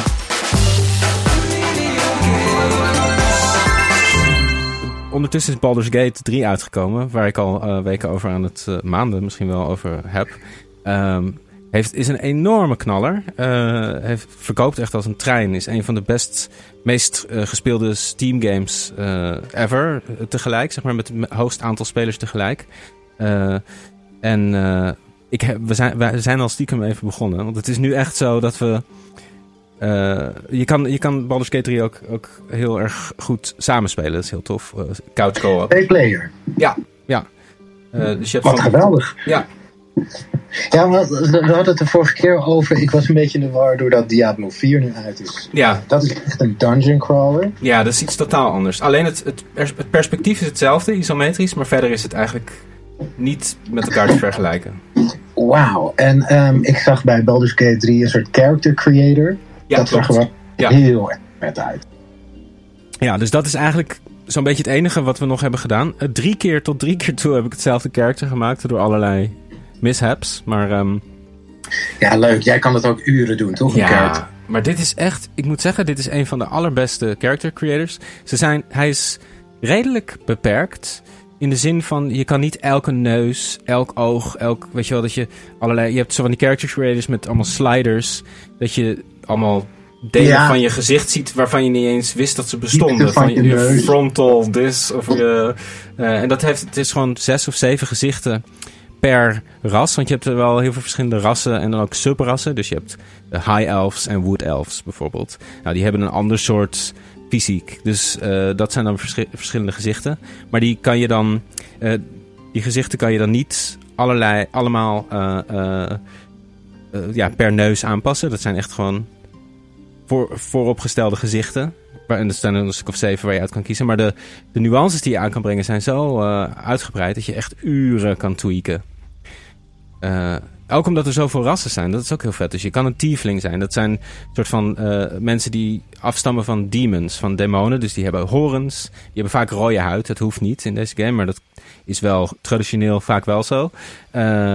Speaker 5: Ondertussen is Baldur's Gate drie uitgekomen, waar ik al uh, weken over aan het uh, maanden misschien wel over heb. Um, Heeft, is een enorme knaller. Uh, heeft, verkoopt echt als een trein. Is een van de best, meest uh, gespeelde Steam games uh, ever. Uh, tegelijk, zeg maar, met het hoogst aantal spelers tegelijk. Uh, en uh, ik heb, we, zijn, we zijn al stiekem even begonnen. Want het is nu echt zo dat we... Uh, je, kan, je kan Baldur's Gate drie ook, ook heel erg goed samenspelen. Dat is heel tof. Uh, couch co-op.
Speaker 4: Twee player.
Speaker 5: Ja, ja. Uh, dus je hebt
Speaker 4: Wat
Speaker 5: van,
Speaker 4: geweldig.
Speaker 5: Ja.
Speaker 4: Ja, maar we hadden het de vorige keer over. Ik was een beetje in de war doordat Diablo vier nu uit is.
Speaker 5: Ja.
Speaker 4: Dat is echt een dungeon crawler.
Speaker 5: Ja, dat is iets totaal anders. Alleen het, het, het perspectief is hetzelfde, isometrisch, maar verder is het eigenlijk niet met elkaar te vergelijken.
Speaker 4: Wauw. En um, ik zag bij Baldur's Gate drie een soort character creator.
Speaker 5: Ja,
Speaker 4: dat zag er wel
Speaker 5: ja.
Speaker 4: heel erg vet uit.
Speaker 5: Ja, dus dat is eigenlijk zo'n beetje het enige wat we nog hebben gedaan. Uh, drie keer tot drie keer toe heb ik hetzelfde character gemaakt door allerlei mishaps, maar... Um,
Speaker 4: ja, leuk. Jij kan dat ook uren doen, toch?
Speaker 5: Ja,
Speaker 4: een character.
Speaker 5: Maar dit is echt... Ik moet zeggen, dit is een van de allerbeste character creators. Ze zijn... Hij is redelijk beperkt. In de zin van, je kan niet elke neus, elk oog, elk... Weet je wel, dat je allerlei... Je hebt zo van die character creators met allemaal sliders. Dat je allemaal delen ja. van je gezicht ziet waarvan je niet eens wist dat ze bestonden. Van je, je frontal, this, of je... Uh, en dat heeft... Het is gewoon zes of zeven gezichten per ras, want je hebt er wel heel veel verschillende rassen en dan ook subrassen. Dus je hebt high elves en wood elves bijvoorbeeld. Nou, die hebben een ander soort fysiek. Dus uh, dat zijn dan vers- verschillende gezichten. Maar die kan je dan... Uh, die gezichten kan je dan niet allerlei, allemaal uh, uh, uh, ja, per neus aanpassen. Dat zijn echt gewoon voor, vooropgestelde gezichten. En er staan er een stuk of zeven waar je uit kan kiezen. Maar de, de nuances die je aan kan brengen zijn zo uh, uitgebreid dat je echt uren kan tweaken. Uh, ook omdat er zoveel rassen zijn. Dat is ook heel vet. Dus je kan een tiefling zijn. Dat zijn soort van uh, mensen die afstammen van demons, van demonen. Dus die hebben horens. Die hebben vaak rode huid. Dat hoeft niet in deze game. Maar dat is wel traditioneel vaak wel zo. Uh,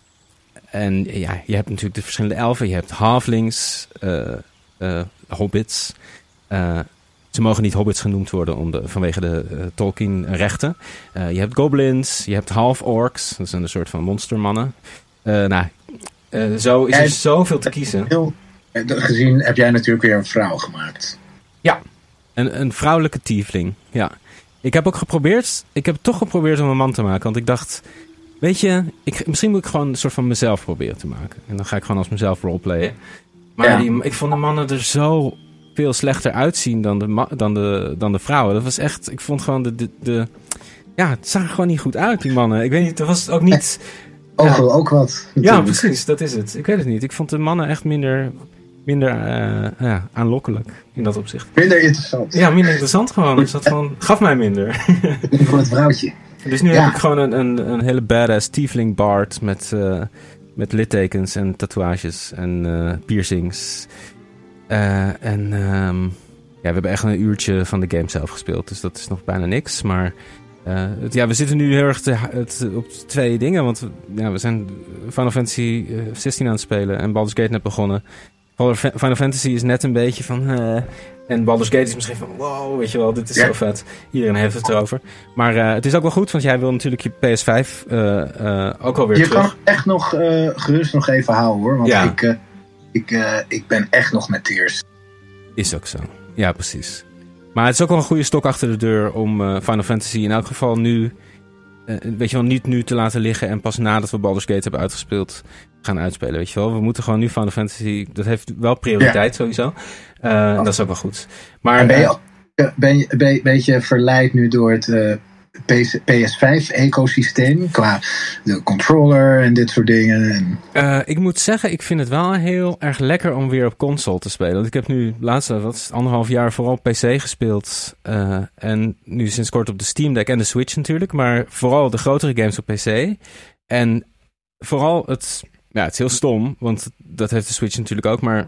Speaker 5: en ja, je hebt natuurlijk de verschillende elfen. Je hebt halflings, uh, uh, hobbits. Uh, ze mogen niet hobbits genoemd worden om de, vanwege de uh, Tolkien-rechten. Uh, je hebt goblins, je hebt half-orcs. Dat zijn een soort van monstermannen. Uh, nou, uh, zo is er ja, zoveel te kiezen.
Speaker 4: Heel, gezien heb jij natuurlijk weer een vrouw gemaakt.
Speaker 5: Ja, een, een vrouwelijke tiefling. Ja. Ik heb ook geprobeerd, ik heb toch geprobeerd om een man te maken. Want ik dacht, weet je, ik, misschien moet ik gewoon een soort van mezelf proberen te maken. En dan ga ik gewoon als mezelf roleplayen. Maar ja. die, ik vond de mannen er zo veel slechter uitzien dan de, dan de, dan de vrouwen. Dat was echt, ik vond gewoon de, de, de... Ja, het zag er gewoon niet goed uit, die mannen. Ik weet niet, dat was ook niet...
Speaker 4: Ogen
Speaker 5: ja.
Speaker 4: ook wat. Natuurlijk.
Speaker 5: Ja, precies, dat is het. Ik weet het niet. Ik vond de mannen echt minder, minder uh, ja, aanlokkelijk in dat opzicht.
Speaker 4: Minder interessant.
Speaker 5: Ja, minder interessant gewoon. Dus dat van, gaf mij minder.
Speaker 4: Voor het vrouwtje.
Speaker 5: Dus nu
Speaker 4: ja.
Speaker 5: heb ik gewoon een, een, een hele badass tiefling bard met, uh, met littekens en tatoeages en uh, piercings. Uh, en um, ja, we hebben echt een uurtje van de game zelf gespeeld. Dus dat is nog bijna niks. Maar uh, het, ja, we zitten nu heel erg te, het, op twee dingen. Want ja, we zijn Final Fantasy zestien aan het spelen. En Baldur's Gate net begonnen. Final Fantasy is net een beetje van... Uh, en Baldur's Gate is misschien van... Wow, weet je wel, dit is ja. zo vet. Iedereen heeft het erover. Maar uh, het is ook wel goed, want jij wil natuurlijk je P S vijf uh, uh, ook alweer
Speaker 4: je
Speaker 5: terug.
Speaker 4: Je kan echt nog uh, gerust nog even houden, hoor. Want ja. ik, uh, ik, uh, ik ben echt nog met Tears.
Speaker 5: Is ook zo. Ja, precies. Maar het is ook wel een goede stok achter de deur om uh, Final Fantasy in elk geval nu... Uh, weet je wel, niet nu te laten liggen en pas nadat we Baldur's Gate hebben uitgespeeld gaan uitspelen, weet je wel. We moeten gewoon nu Final Fantasy... Dat heeft wel prioriteit ja. sowieso. Uh, oh. Dat is ook wel goed. Maar
Speaker 4: ben je, uh, ben je een beetje verleid nu door het uh, P S vijf-ecosysteem qua de controller en dit soort dingen? En...
Speaker 5: Uh, ik moet zeggen, ik vind het wel heel erg lekker om weer op console te spelen. Want ik heb nu laatste, wat is anderhalf jaar vooral op P C gespeeld. Uh, en nu sinds kort op de Steam Deck en de Switch natuurlijk. Maar vooral de grotere games op P C. En vooral het... Ja, het is heel stom, want dat heeft de Switch natuurlijk ook. Maar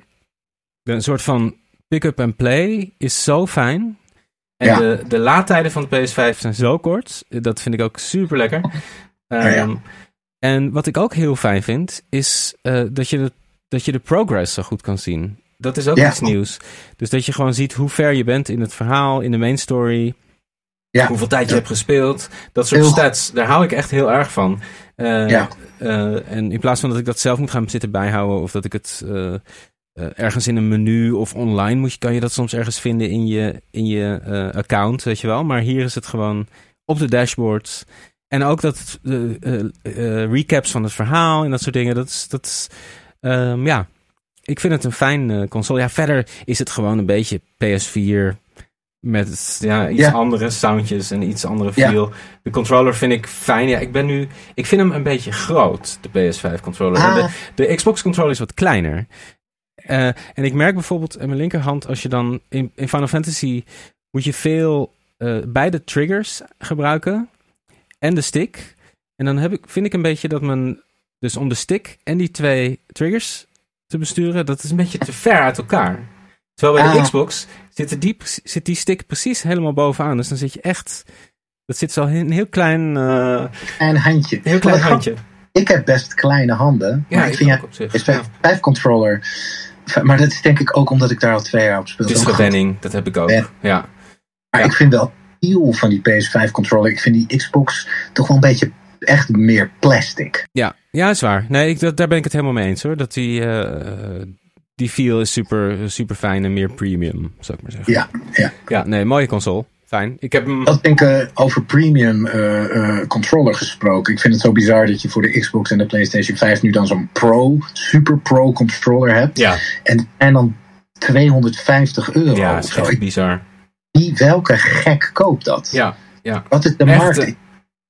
Speaker 5: een soort van pick-up and play is zo fijn. En ja. de, de laadtijden van de P S vijf zijn zo kort. Dat vind ik ook super lekker. Um, ja, ja. En wat ik ook heel fijn vind, is uh, dat, je de, dat je de progress zo goed kan zien. Dat is ook ja. iets nieuws. Dus dat je gewoon ziet hoe ver je bent in het verhaal, in de main story. Ja. Hoeveel tijd je ja. hebt gespeeld. Dat soort heel stats, daar hou ik echt heel erg van. Uh, ja. uh, en in plaats van dat ik dat zelf moet gaan zitten bijhouden, of dat ik het uh, uh, ergens in een menu of online moet je, kan je dat soms ergens vinden in je, in je uh, account, weet je wel. Maar hier is het gewoon op de dashboard. En ook dat uh, uh, uh, recaps van het verhaal en dat soort dingen. Dat is, dat is um, ja, ik vind het een fijn uh, console. Ja, verder is het gewoon een beetje P S vier met ja, iets ja. andere soundjes en iets andere feel. Ja. De controller vind ik fijn. Ja, ik ben nu, ik vind hem een beetje groot, de P S vijf controller. Ah. De, de Xbox controller is wat kleiner. Uh, en ik merk bijvoorbeeld in mijn linkerhand, als je dan in, in Final Fantasy moet je veel uh, beide triggers gebruiken en de stick. En dan heb ik, vind ik een beetje dat men, dus om de stick en die twee triggers te besturen, dat is een beetje te ver uit elkaar. Terwijl bij de ah. Xbox zit die, zit die stick precies helemaal bovenaan. Dus dan zit je echt... Dat zit zo in een heel klein... Uh,
Speaker 4: klein handje.
Speaker 5: Heel klein maar handje.
Speaker 4: Ik heb best kleine handen.
Speaker 5: Ja,
Speaker 4: maar ik, ik vind ja, op zich. P S vijf controller... Maar dat is denk ik ook omdat ik daar al twee jaar op speel.
Speaker 5: Het is gewenning, dat heb ik ook. Ben. Ja.
Speaker 4: Maar
Speaker 5: ja.
Speaker 4: ik vind wel feel van die P S vijf controller. Ik vind die Xbox toch wel een beetje echt meer plastic.
Speaker 5: Ja, ja, is waar. Nee, ik, dat, daar ben ik het helemaal mee eens hoor. Dat die... Uh, Die feel is super, super fijn en meer premium, zou ik maar zeggen.
Speaker 4: Ja, ja.
Speaker 5: Ja, nee, mooie console. Fijn. Ik heb hem...
Speaker 4: Dat denk ik uh, over premium uh, uh, controller gesproken. Ik vind het zo bizar dat je voor de Xbox en de PlayStation vijf nu dan zo'n Pro, Super Pro controller hebt.
Speaker 5: Ja.
Speaker 4: En, en dan tweehonderdvijftig euro.
Speaker 5: Ja, dat is echt bizar.
Speaker 4: Wie, welke gek koopt dat?
Speaker 5: Ja, ja.
Speaker 4: Wat is de
Speaker 5: echt,
Speaker 4: markt?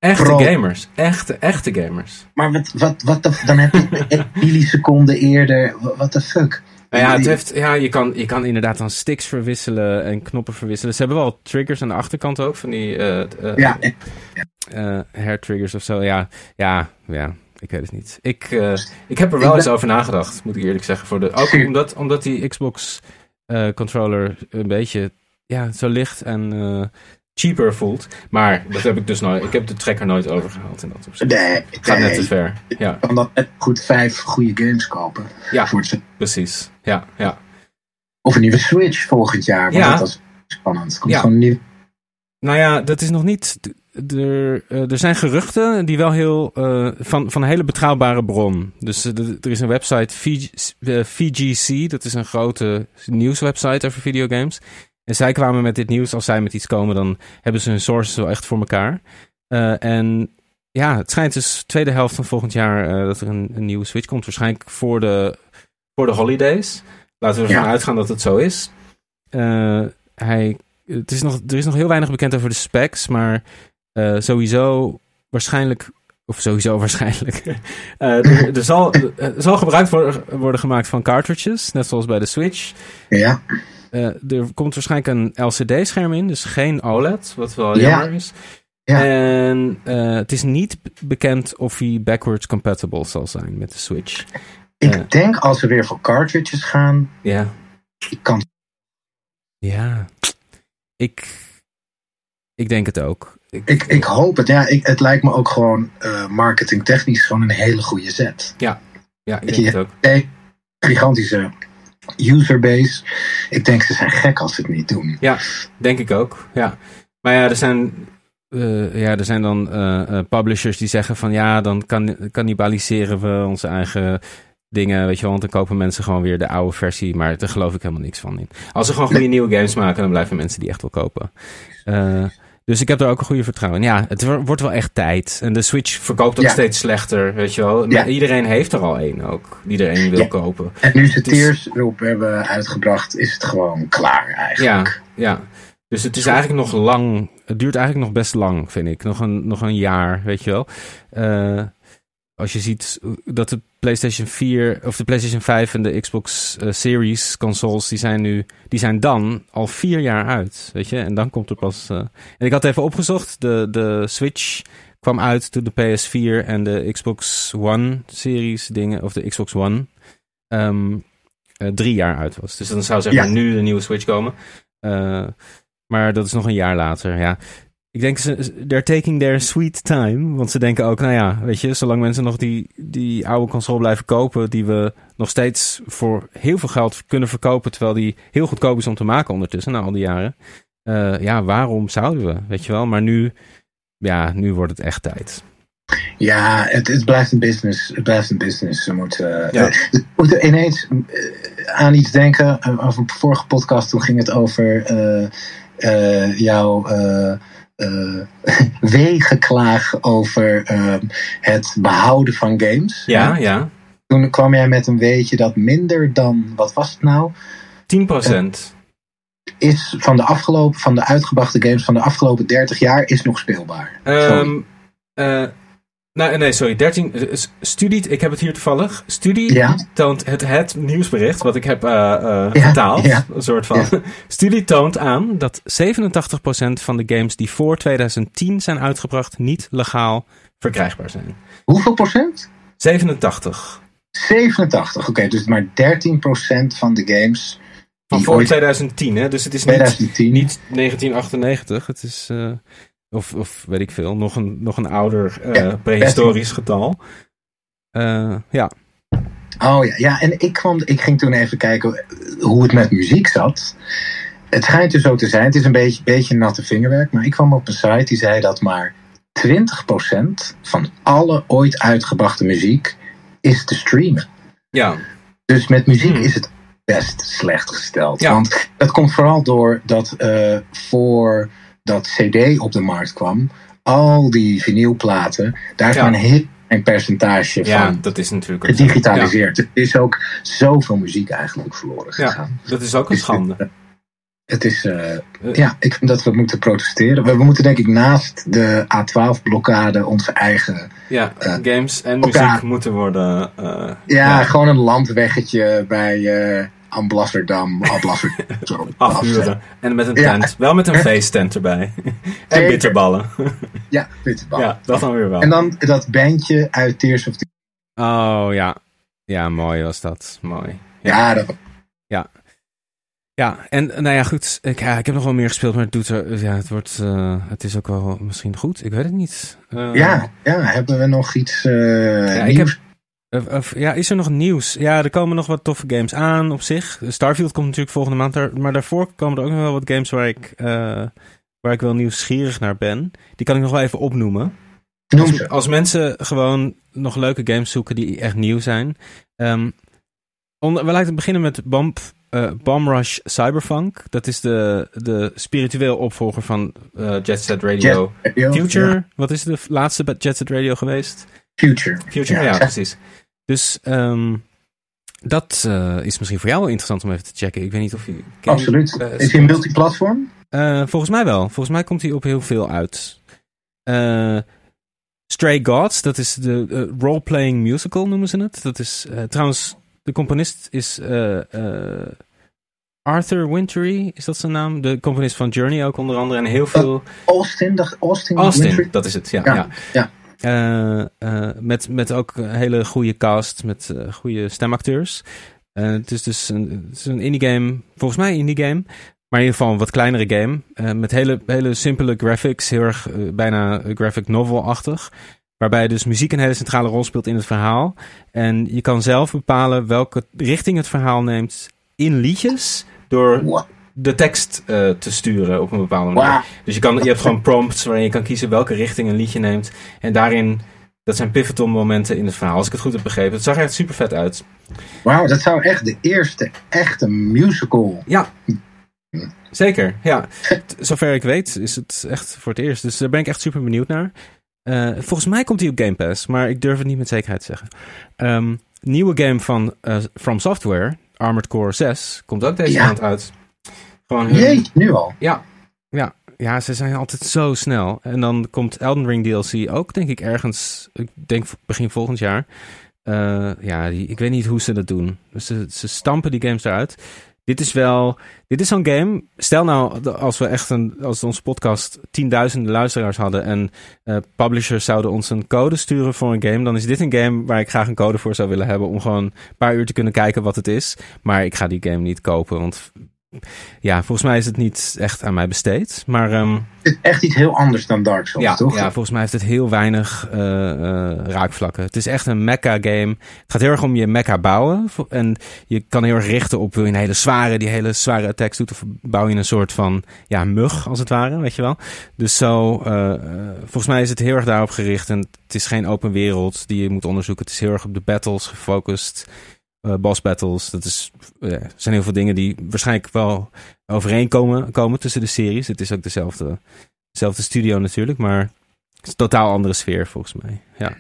Speaker 5: Echte
Speaker 4: Pro.
Speaker 5: gamers. Echte, echte gamers.
Speaker 4: Maar wat, wat, wat de, dan heb je een milliseconde eerder. Wat de fuck?
Speaker 5: Nou ja, het heeft, ja je, kan, je kan inderdaad dan sticks verwisselen en knoppen verwisselen. Ze hebben wel triggers aan de achterkant ook, van die uh, uh,
Speaker 4: ja.
Speaker 5: uh, hair triggers of zo. Ja, ja, ja, ik weet het niet. Ik, uh, ik heb er wel ik eens ben... over nagedacht, moet ik eerlijk zeggen. Voor de, ook omdat, omdat die Xbox uh, controller een beetje ja, zo licht en uh, cheaper voelt. Maar dat heb ik dus nooit. Ik heb de tracker nooit overgehaald in dat opzicht.
Speaker 4: Nee,
Speaker 5: het gaat
Speaker 4: nee.
Speaker 5: net te ver. Ja.
Speaker 4: Je kan dan net goed vijf goede games kopen.
Speaker 5: Ja,
Speaker 4: voor het...
Speaker 5: precies. Ja, ja.
Speaker 4: Of een nieuwe Switch volgend jaar. Want
Speaker 5: ja.
Speaker 4: dat was spannend. Komt
Speaker 5: ja.
Speaker 4: gewoon nieuw.
Speaker 5: Nou ja, dat is nog niet. Er, uh, er zijn geruchten die wel heel. Uh, van, van een hele betrouwbare bron. Dus uh, er is een website, V G C. Dat is een grote nieuwswebsite over videogames. En zij kwamen met dit nieuws. Als zij met iets komen, dan hebben ze hun sources wel echt voor elkaar. Uh, en ja, het schijnt dus de tweede helft van volgend jaar uh, dat er een, een nieuwe Switch komt. Waarschijnlijk voor de, voor de holidays. Laten we ervan ja. uitgaan dat het zo is. Uh, hij, het is nog, er is nog heel weinig bekend over de specs, maar uh, sowieso waarschijnlijk... Of sowieso waarschijnlijk. uh, er, er, zal, er zal gebruik worden, worden gemaakt van cartridges, net zoals bij de Switch.
Speaker 4: Ja.
Speaker 5: Uh, er komt waarschijnlijk een L C D-scherm in, dus geen O L E D, wat wel ja. jammer is. Ja. En uh, het is niet bekend of hij backwards compatible zal zijn met de Switch.
Speaker 4: Ik
Speaker 5: uh,
Speaker 4: denk als ze weer voor cartridges gaan...
Speaker 5: Ja.
Speaker 4: Ik kan...
Speaker 5: Ja. Ik... Ik denk het ook.
Speaker 4: Ik, ik, ik hoop het. Ja, ik, het lijkt me ook gewoon uh, marketingtechnisch gewoon een hele goede zet.
Speaker 5: Ja, ja ik denk
Speaker 4: je,
Speaker 5: het ook.
Speaker 4: Een gigantische userbase. Ik denk ze zijn gek als ze het niet doen.
Speaker 5: Ja, denk ik ook. Ja. Maar ja, er zijn, uh, ja, er zijn dan uh, uh, publishers die zeggen van ja, dan kan, cannibaliseren we onze eigen dingen, weet je wel, want dan kopen mensen gewoon weer de oude versie, maar daar geloof ik helemaal niks van in. Als ze gewoon goede nieuwe games maken, dan blijven mensen die echt wel kopen. Uh, dus ik heb daar ook een goede vertrouwen in. Ja, het wordt wel echt tijd. En de Switch verkoopt ook ja. steeds slechter, weet je wel. Ja. Iedereen heeft er al één ook, die er één wil ja. kopen.
Speaker 4: En nu ze dus, Tears erop hebben uitgebracht, is het gewoon klaar eigenlijk.
Speaker 5: Ja, ja. Dus het is eigenlijk nog lang, het duurt eigenlijk nog best lang, vind ik. Nog een, nog een jaar, weet je wel. Uh, als je ziet dat de PlayStation vier of de PlayStation vijf en de Xbox uh, Series consoles, die zijn nu, die zijn dan al vier jaar uit, weet je. En dan komt er pas... Uh... En ik had even opgezocht, de, de Switch kwam uit toen de P S vier en de Xbox One Series dingen, of de Xbox One, um, uh, drie jaar uit was. Dus dan zou zeg maar ja. nu de nieuwe Switch komen. Uh, maar dat is nog een jaar later, ja. Ik denk, ze, they're taking their sweet time. Want ze denken ook, nou ja, weet je, zolang mensen nog die, die oude console blijven kopen, die we nog steeds voor heel veel geld kunnen verkopen, terwijl die heel goedkoop is om te maken ondertussen, na al die jaren. Uh, ja, waarom zouden we, weet je wel? Maar nu, ja, nu wordt het echt tijd.
Speaker 4: Ja, het, het blijft een business. Het blijft een business. Ze moeten,
Speaker 5: ja.
Speaker 4: uh, we moeten ineens uh, aan iets denken. Uh, over de vorige podcast, toen ging het over uh, uh, jouw... Uh, Uh, weegeklaag over uh, het behouden van games.
Speaker 5: Ja, ja.
Speaker 4: Toen kwam jij met een weetje dat minder dan, wat was het nou?
Speaker 5: tien procent.
Speaker 4: Uh, is van de afgelopen, van de uitgebrachte games van de afgelopen dertig jaar is nog speelbaar.
Speaker 5: Um, uh, nou, nee, sorry. dertien, studie, ik heb het hier toevallig. Studie
Speaker 4: ja?
Speaker 5: toont het, het nieuwsbericht, wat ik heb uh, uh, vertaald. Ja, ja. Een soort van. Ja. Studie toont aan dat zevenentachtig procent van de games die voor tweeduizend tien zijn uitgebracht niet legaal verkrijgbaar zijn.
Speaker 4: Hoeveel procent?
Speaker 5: zevenentachtig.
Speaker 4: zevenentachtig, oké. Okay, dus maar dertien procent van de games...
Speaker 5: Van voor ooit... tweeduizend tien, hè? Dus het is niet, niet negentien achtennegentig. Het is... Uh, Of, of weet ik veel, nog een, nog een ouder uh, ja, prehistorisch getal. Uh, ja.
Speaker 4: Oh ja, ja, en ik, kwam, ik ging toen even kijken hoe het met muziek zat. Het schijnt dus zo te zijn, het is een beetje, beetje natte vingerwerk, maar ik kwam op een site die zei dat maar twintig procent van alle ooit uitgebrachte muziek is te streamen.
Speaker 5: Ja.
Speaker 4: Dus met muziek hmm. is het best slecht gesteld.
Speaker 5: Ja.
Speaker 4: Want dat komt vooral door dat uh, voor... dat C D op de markt kwam, al die vinylplaten, daar is
Speaker 5: ja.
Speaker 4: maar een heel klein percentage
Speaker 5: ja,
Speaker 4: van
Speaker 5: dat is natuurlijk
Speaker 4: gedigitaliseerd. Ja. Er is ook zoveel muziek eigenlijk verloren gegaan.
Speaker 5: Ja, dat is ook een schande.
Speaker 4: Het is, uh, uh, ja, ik vind dat we moeten protesteren. We, we moeten denk ik naast de A twaalf blokkade onze eigen...
Speaker 5: Ja, uh, games en muziek elkaar, moeten worden... Uh,
Speaker 4: ja, ja, gewoon een landweggetje bij uh, Amblasserdam. Amblasserdam
Speaker 5: afhuren. En met een tent. Ja. Wel met een feesttent erbij. En bitterballen.
Speaker 4: Ja, bitterballen.
Speaker 5: Ja, dat dan weer wel.
Speaker 4: En dan dat bandje uit Tears of the...
Speaker 5: Oh, ja. Ja, mooi was dat. Mooi.
Speaker 4: Ja, ja dat...
Speaker 5: Ja. Ja, en nou ja, goed. Ik, ja, ik heb nog wel meer gespeeld, maar het doet er, ja, het wordt, uh, het is ook wel misschien goed. Ik weet het niet. Uh,
Speaker 4: ja, ja, hebben we nog iets uh,
Speaker 5: ja,
Speaker 4: nieuws?
Speaker 5: Ik heb, uh, uh, ja, is er nog nieuws? Ja, er komen nog wat toffe games aan op zich. Starfield komt natuurlijk volgende maand, daar, maar daarvoor komen er ook nog wel wat games waar ik, uh, waar ik wel nieuwsgierig naar ben. Die kan ik nog wel even opnoemen. Als, als mensen gewoon nog leuke games zoeken die echt nieuw zijn. Um, onder, we laten beginnen met Bump. Uh, Bomb Rush Cyberpunk. Dat is de, de spiritueel opvolger van uh, Jet Set Radio.
Speaker 4: Jet Radio
Speaker 5: Future.
Speaker 4: Ja.
Speaker 5: Wat is de laatste Jet Set Radio geweest?
Speaker 4: Future.
Speaker 5: Future, ja, ja precies. Dus um, dat uh, is misschien voor jou wel interessant om even te checken. Ik weet niet of je...
Speaker 4: Absoluut. Uh, is hij een multiplatform?
Speaker 5: Uh, volgens mij wel. Volgens mij komt hij op heel veel uit. Uh, Stray Gods, dat is de uh, role-playing musical noemen ze het. Dat is uh, trouwens... De componist is uh, uh, Arthur Wintory, is dat zijn naam? De componist van Journey ook onder andere. En heel veel...
Speaker 4: Uh, Austin, de, Austin,
Speaker 5: Austin
Speaker 4: Wintory?
Speaker 5: Dat is het, ja.
Speaker 4: ja,
Speaker 5: ja. ja. Uh, uh, met, met ook een hele goede cast, met uh, goede stemacteurs. Uh, het is dus een, het is een indie game, volgens mij een indie game. Maar in ieder geval een wat kleinere game. Uh, met hele, hele simpele graphics, heel erg uh, bijna graphic novel-achtig. Waarbij dus muziek een hele centrale rol speelt in het verhaal. En je kan zelf bepalen welke richting het verhaal neemt in liedjes. Door de tekst uh, te sturen op een bepaalde manier. Wow. Dus je, kan, je hebt gewoon prompts waarin je kan kiezen welke richting een liedje neemt. En daarin, dat zijn pivotal momenten in het verhaal. Als ik het goed heb begrepen. Het zag er echt super vet uit.
Speaker 4: Wauw, dat zou echt de eerste echte musical...
Speaker 5: Ja, zeker. Ja. Zover ik weet is het echt voor het eerst. Dus daar ben ik echt super benieuwd naar. Uh, volgens mij komt hij op Game Pass, maar ik durf het niet met zekerheid te zeggen. Um, nieuwe game van uh, From Software, Armored Core zes, komt ook deze ja. maand uit. Gewoon hun...
Speaker 4: Jee, nu al?
Speaker 5: Ja, ja, ja, ze zijn altijd zo snel. En dan komt Elden Ring D L C ook, denk ik, ergens, ik denk begin volgend jaar. Uh, ja, die, ik weet niet hoe ze dat doen. Dus ze, ze stampen die games eruit. Dit is wel... Dit is zo'n game... Stel nou, als we echt een... Als onze podcast tienduizenden luisteraars hadden... en uh, publishers zouden ons een code sturen voor een game... dan is dit een game waar ik graag een code voor zou willen hebben... om gewoon een paar uur te kunnen kijken wat het is. Maar ik ga die game niet kopen, want... Ja, volgens mij is het niet echt aan mij besteed. Maar... Um,
Speaker 4: het is echt iets heel anders dan Dark Souls,
Speaker 5: ja,
Speaker 4: toch?
Speaker 5: Ja, volgens mij heeft het heel weinig uh, uh, raakvlakken. Het is echt een mecha-game. Het gaat heel erg om je mecha bouwen. En je kan heel erg richten op... wil je een hele zware, die hele zware attacks doet... of bouw je een soort van ja, mug, als het ware, weet je wel. Dus zo... Uh, uh, volgens mij is het heel erg daarop gericht. En het is geen open wereld die je moet onderzoeken. Het is heel erg op de battles gefocust... Uh, boss battles, dat is, uh, zijn heel veel dingen die waarschijnlijk wel overeenkomen komen tussen de series. Het is ook dezelfde, dezelfde studio natuurlijk, maar het is een totaal andere sfeer volgens mij. Ja.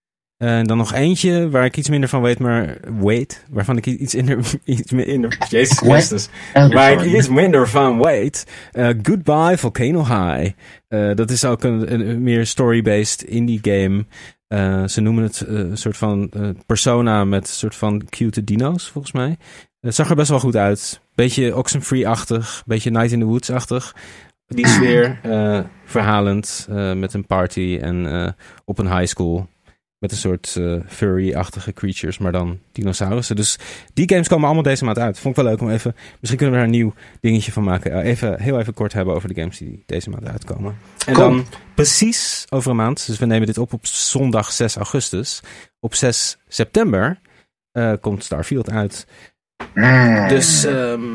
Speaker 5: En uh, dan nog eentje waar ik iets minder van weet, maar weet, waarvan ik iets minder, iets minder, Jezus Christus, waar ik iets minder van weet. Uh, Goodbye Volcano High. Uh, dat is ook een, een meer story-based indie game. Uh, ze noemen het uh, een soort van uh, persona met een soort van cute dino's, volgens mij. Het zag er best wel goed uit. Beetje Oxenfree-achtig, beetje Night in the Woods-achtig. Die sfeer, uh, verhalend, uh, met een party en uh, op een high school. Met een soort uh, furry-achtige creatures, maar dan dinosaurussen. Dus die games komen allemaal deze maand uit. Vond ik wel leuk om even... Misschien kunnen we daar een nieuw dingetje van maken. Even, heel even kort hebben over de games die deze maand uitkomen. En cool. Dan precies over een maand, dus we nemen dit op op zondag zes augustus. Op zes september uh, komt Starfield uit. Mm. Dus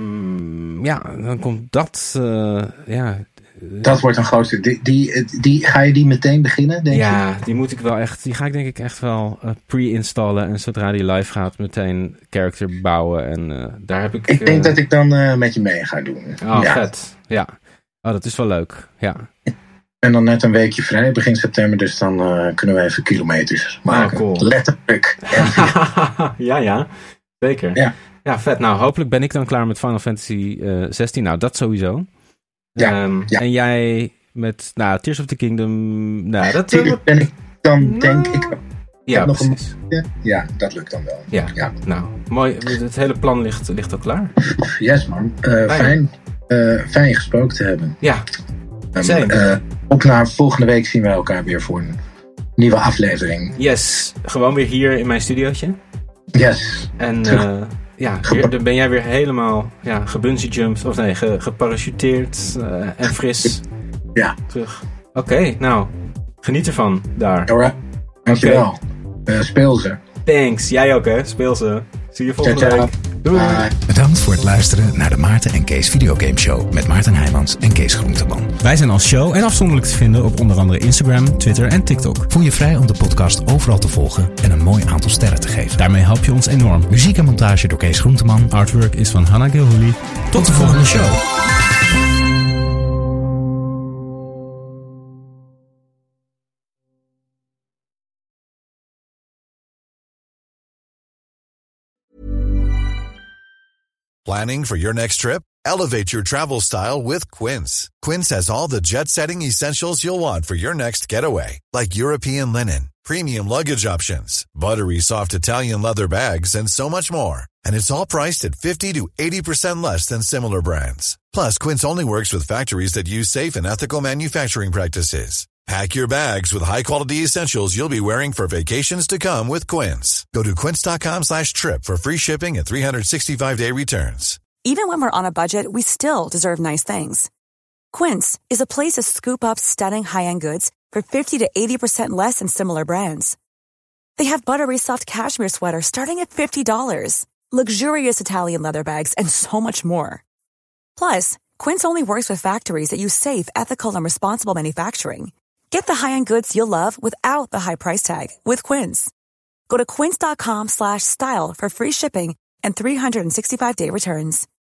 Speaker 5: um, ja, dan komt dat... Uh, ja...
Speaker 4: Dat wordt een grootste. Die, die, die, ga je die meteen beginnen, denk
Speaker 5: ja,
Speaker 4: je?
Speaker 5: Ja, die moet ik wel echt. Die ga ik denk ik echt wel uh, pre-installen. En zodra die live gaat, meteen character bouwen. En uh, daar heb ik.
Speaker 4: Ik denk
Speaker 5: uh,
Speaker 4: dat ik dan uh, met je mee ga doen.
Speaker 5: Oh, ja. Vet. Ja. Oh, dat is wel leuk. Ja.
Speaker 4: En dan net een weekje vrij, begin september. Dus dan uh, kunnen we even kilometers maken.
Speaker 5: Oh, cool.
Speaker 4: Letterlijk.
Speaker 5: ja, ja. Zeker.
Speaker 4: Ja.
Speaker 5: Ja, vet. Nou, hopelijk ben ik dan klaar met Final Fantasy uh, zestien. Nou, dat sowieso.
Speaker 4: Ja,
Speaker 5: um,
Speaker 4: ja.
Speaker 5: En jij met nou, Tears of the Kingdom... Nou, dat
Speaker 4: uh, ben ik dan,
Speaker 5: nou,
Speaker 4: denk ik...
Speaker 5: Ja,
Speaker 4: nog
Speaker 5: precies.
Speaker 4: Een, ja, dat lukt dan wel.
Speaker 5: Ja,
Speaker 4: ja.
Speaker 5: Nou, mooi. Het hele plan ligt, ligt al klaar.
Speaker 4: Yes, man. Uh, fijn, uh, fijn gesproken te hebben.
Speaker 5: Ja,
Speaker 4: um, uh, Op naar volgende week zien we elkaar weer voor een nieuwe aflevering.
Speaker 5: Yes, gewoon weer hier in mijn studiootje.
Speaker 4: Yes.
Speaker 5: En uh, ja, weer, dan ben jij weer helemaal ja, gebungee jumped, of nee, ge, geparachuteerd uh, en fris.
Speaker 4: Ja.
Speaker 5: Terug. Oké, okay, nou, geniet ervan daar.
Speaker 4: Alright, dankjewel. Okay. Uh, speel ze.
Speaker 5: Thanks, jij ook hè, speel ze. Zie je volgende
Speaker 4: ciao, ciao.
Speaker 5: week. Doei.
Speaker 6: Bye. Bedankt voor het luisteren naar de Maarten en Kees Videogame Show met Maarten Heijmans en Kees Groenteman.
Speaker 7: Wij zijn als show en afzonderlijk te vinden op onder andere Instagram, Twitter en TikTok.
Speaker 6: Voel je vrij om de podcast overal te volgen en een mooi aantal sterren te geven.
Speaker 7: Daarmee help je ons enorm.
Speaker 6: Muziek en montage door Kees Groenteman.
Speaker 7: Artwork is van Hanna Gilhuli.
Speaker 6: Tot, Tot de volgende show.
Speaker 8: Planning for your next trip? Elevate your travel style with Quince. Quince has all the jet-setting essentials you'll want for your next getaway, like European linen, premium luggage options, buttery soft Italian leather bags, and so much more. And it's all priced at fifty to eighty percent less than similar brands. Plus, Quince only works with factories that use safe and ethical manufacturing practices. Pack your bags with high-quality essentials you'll be wearing for vacations to come with Quince. Go to quince.com slash trip for free shipping and three sixty-five day returns.
Speaker 9: Even when we're on a budget, we still deserve nice things. Quince is a place to scoop up stunning high-end goods for fifty to eighty percent less than similar brands. They have buttery soft cashmere sweaters starting at fifty dollars, luxurious Italian leather bags, and so much more. Plus, Quince only works with factories that use safe, ethical, and responsible manufacturing. Get the high-end goods you'll love without the high price tag with Quince. Go to quince.com slash style for free shipping and three sixty-five day returns.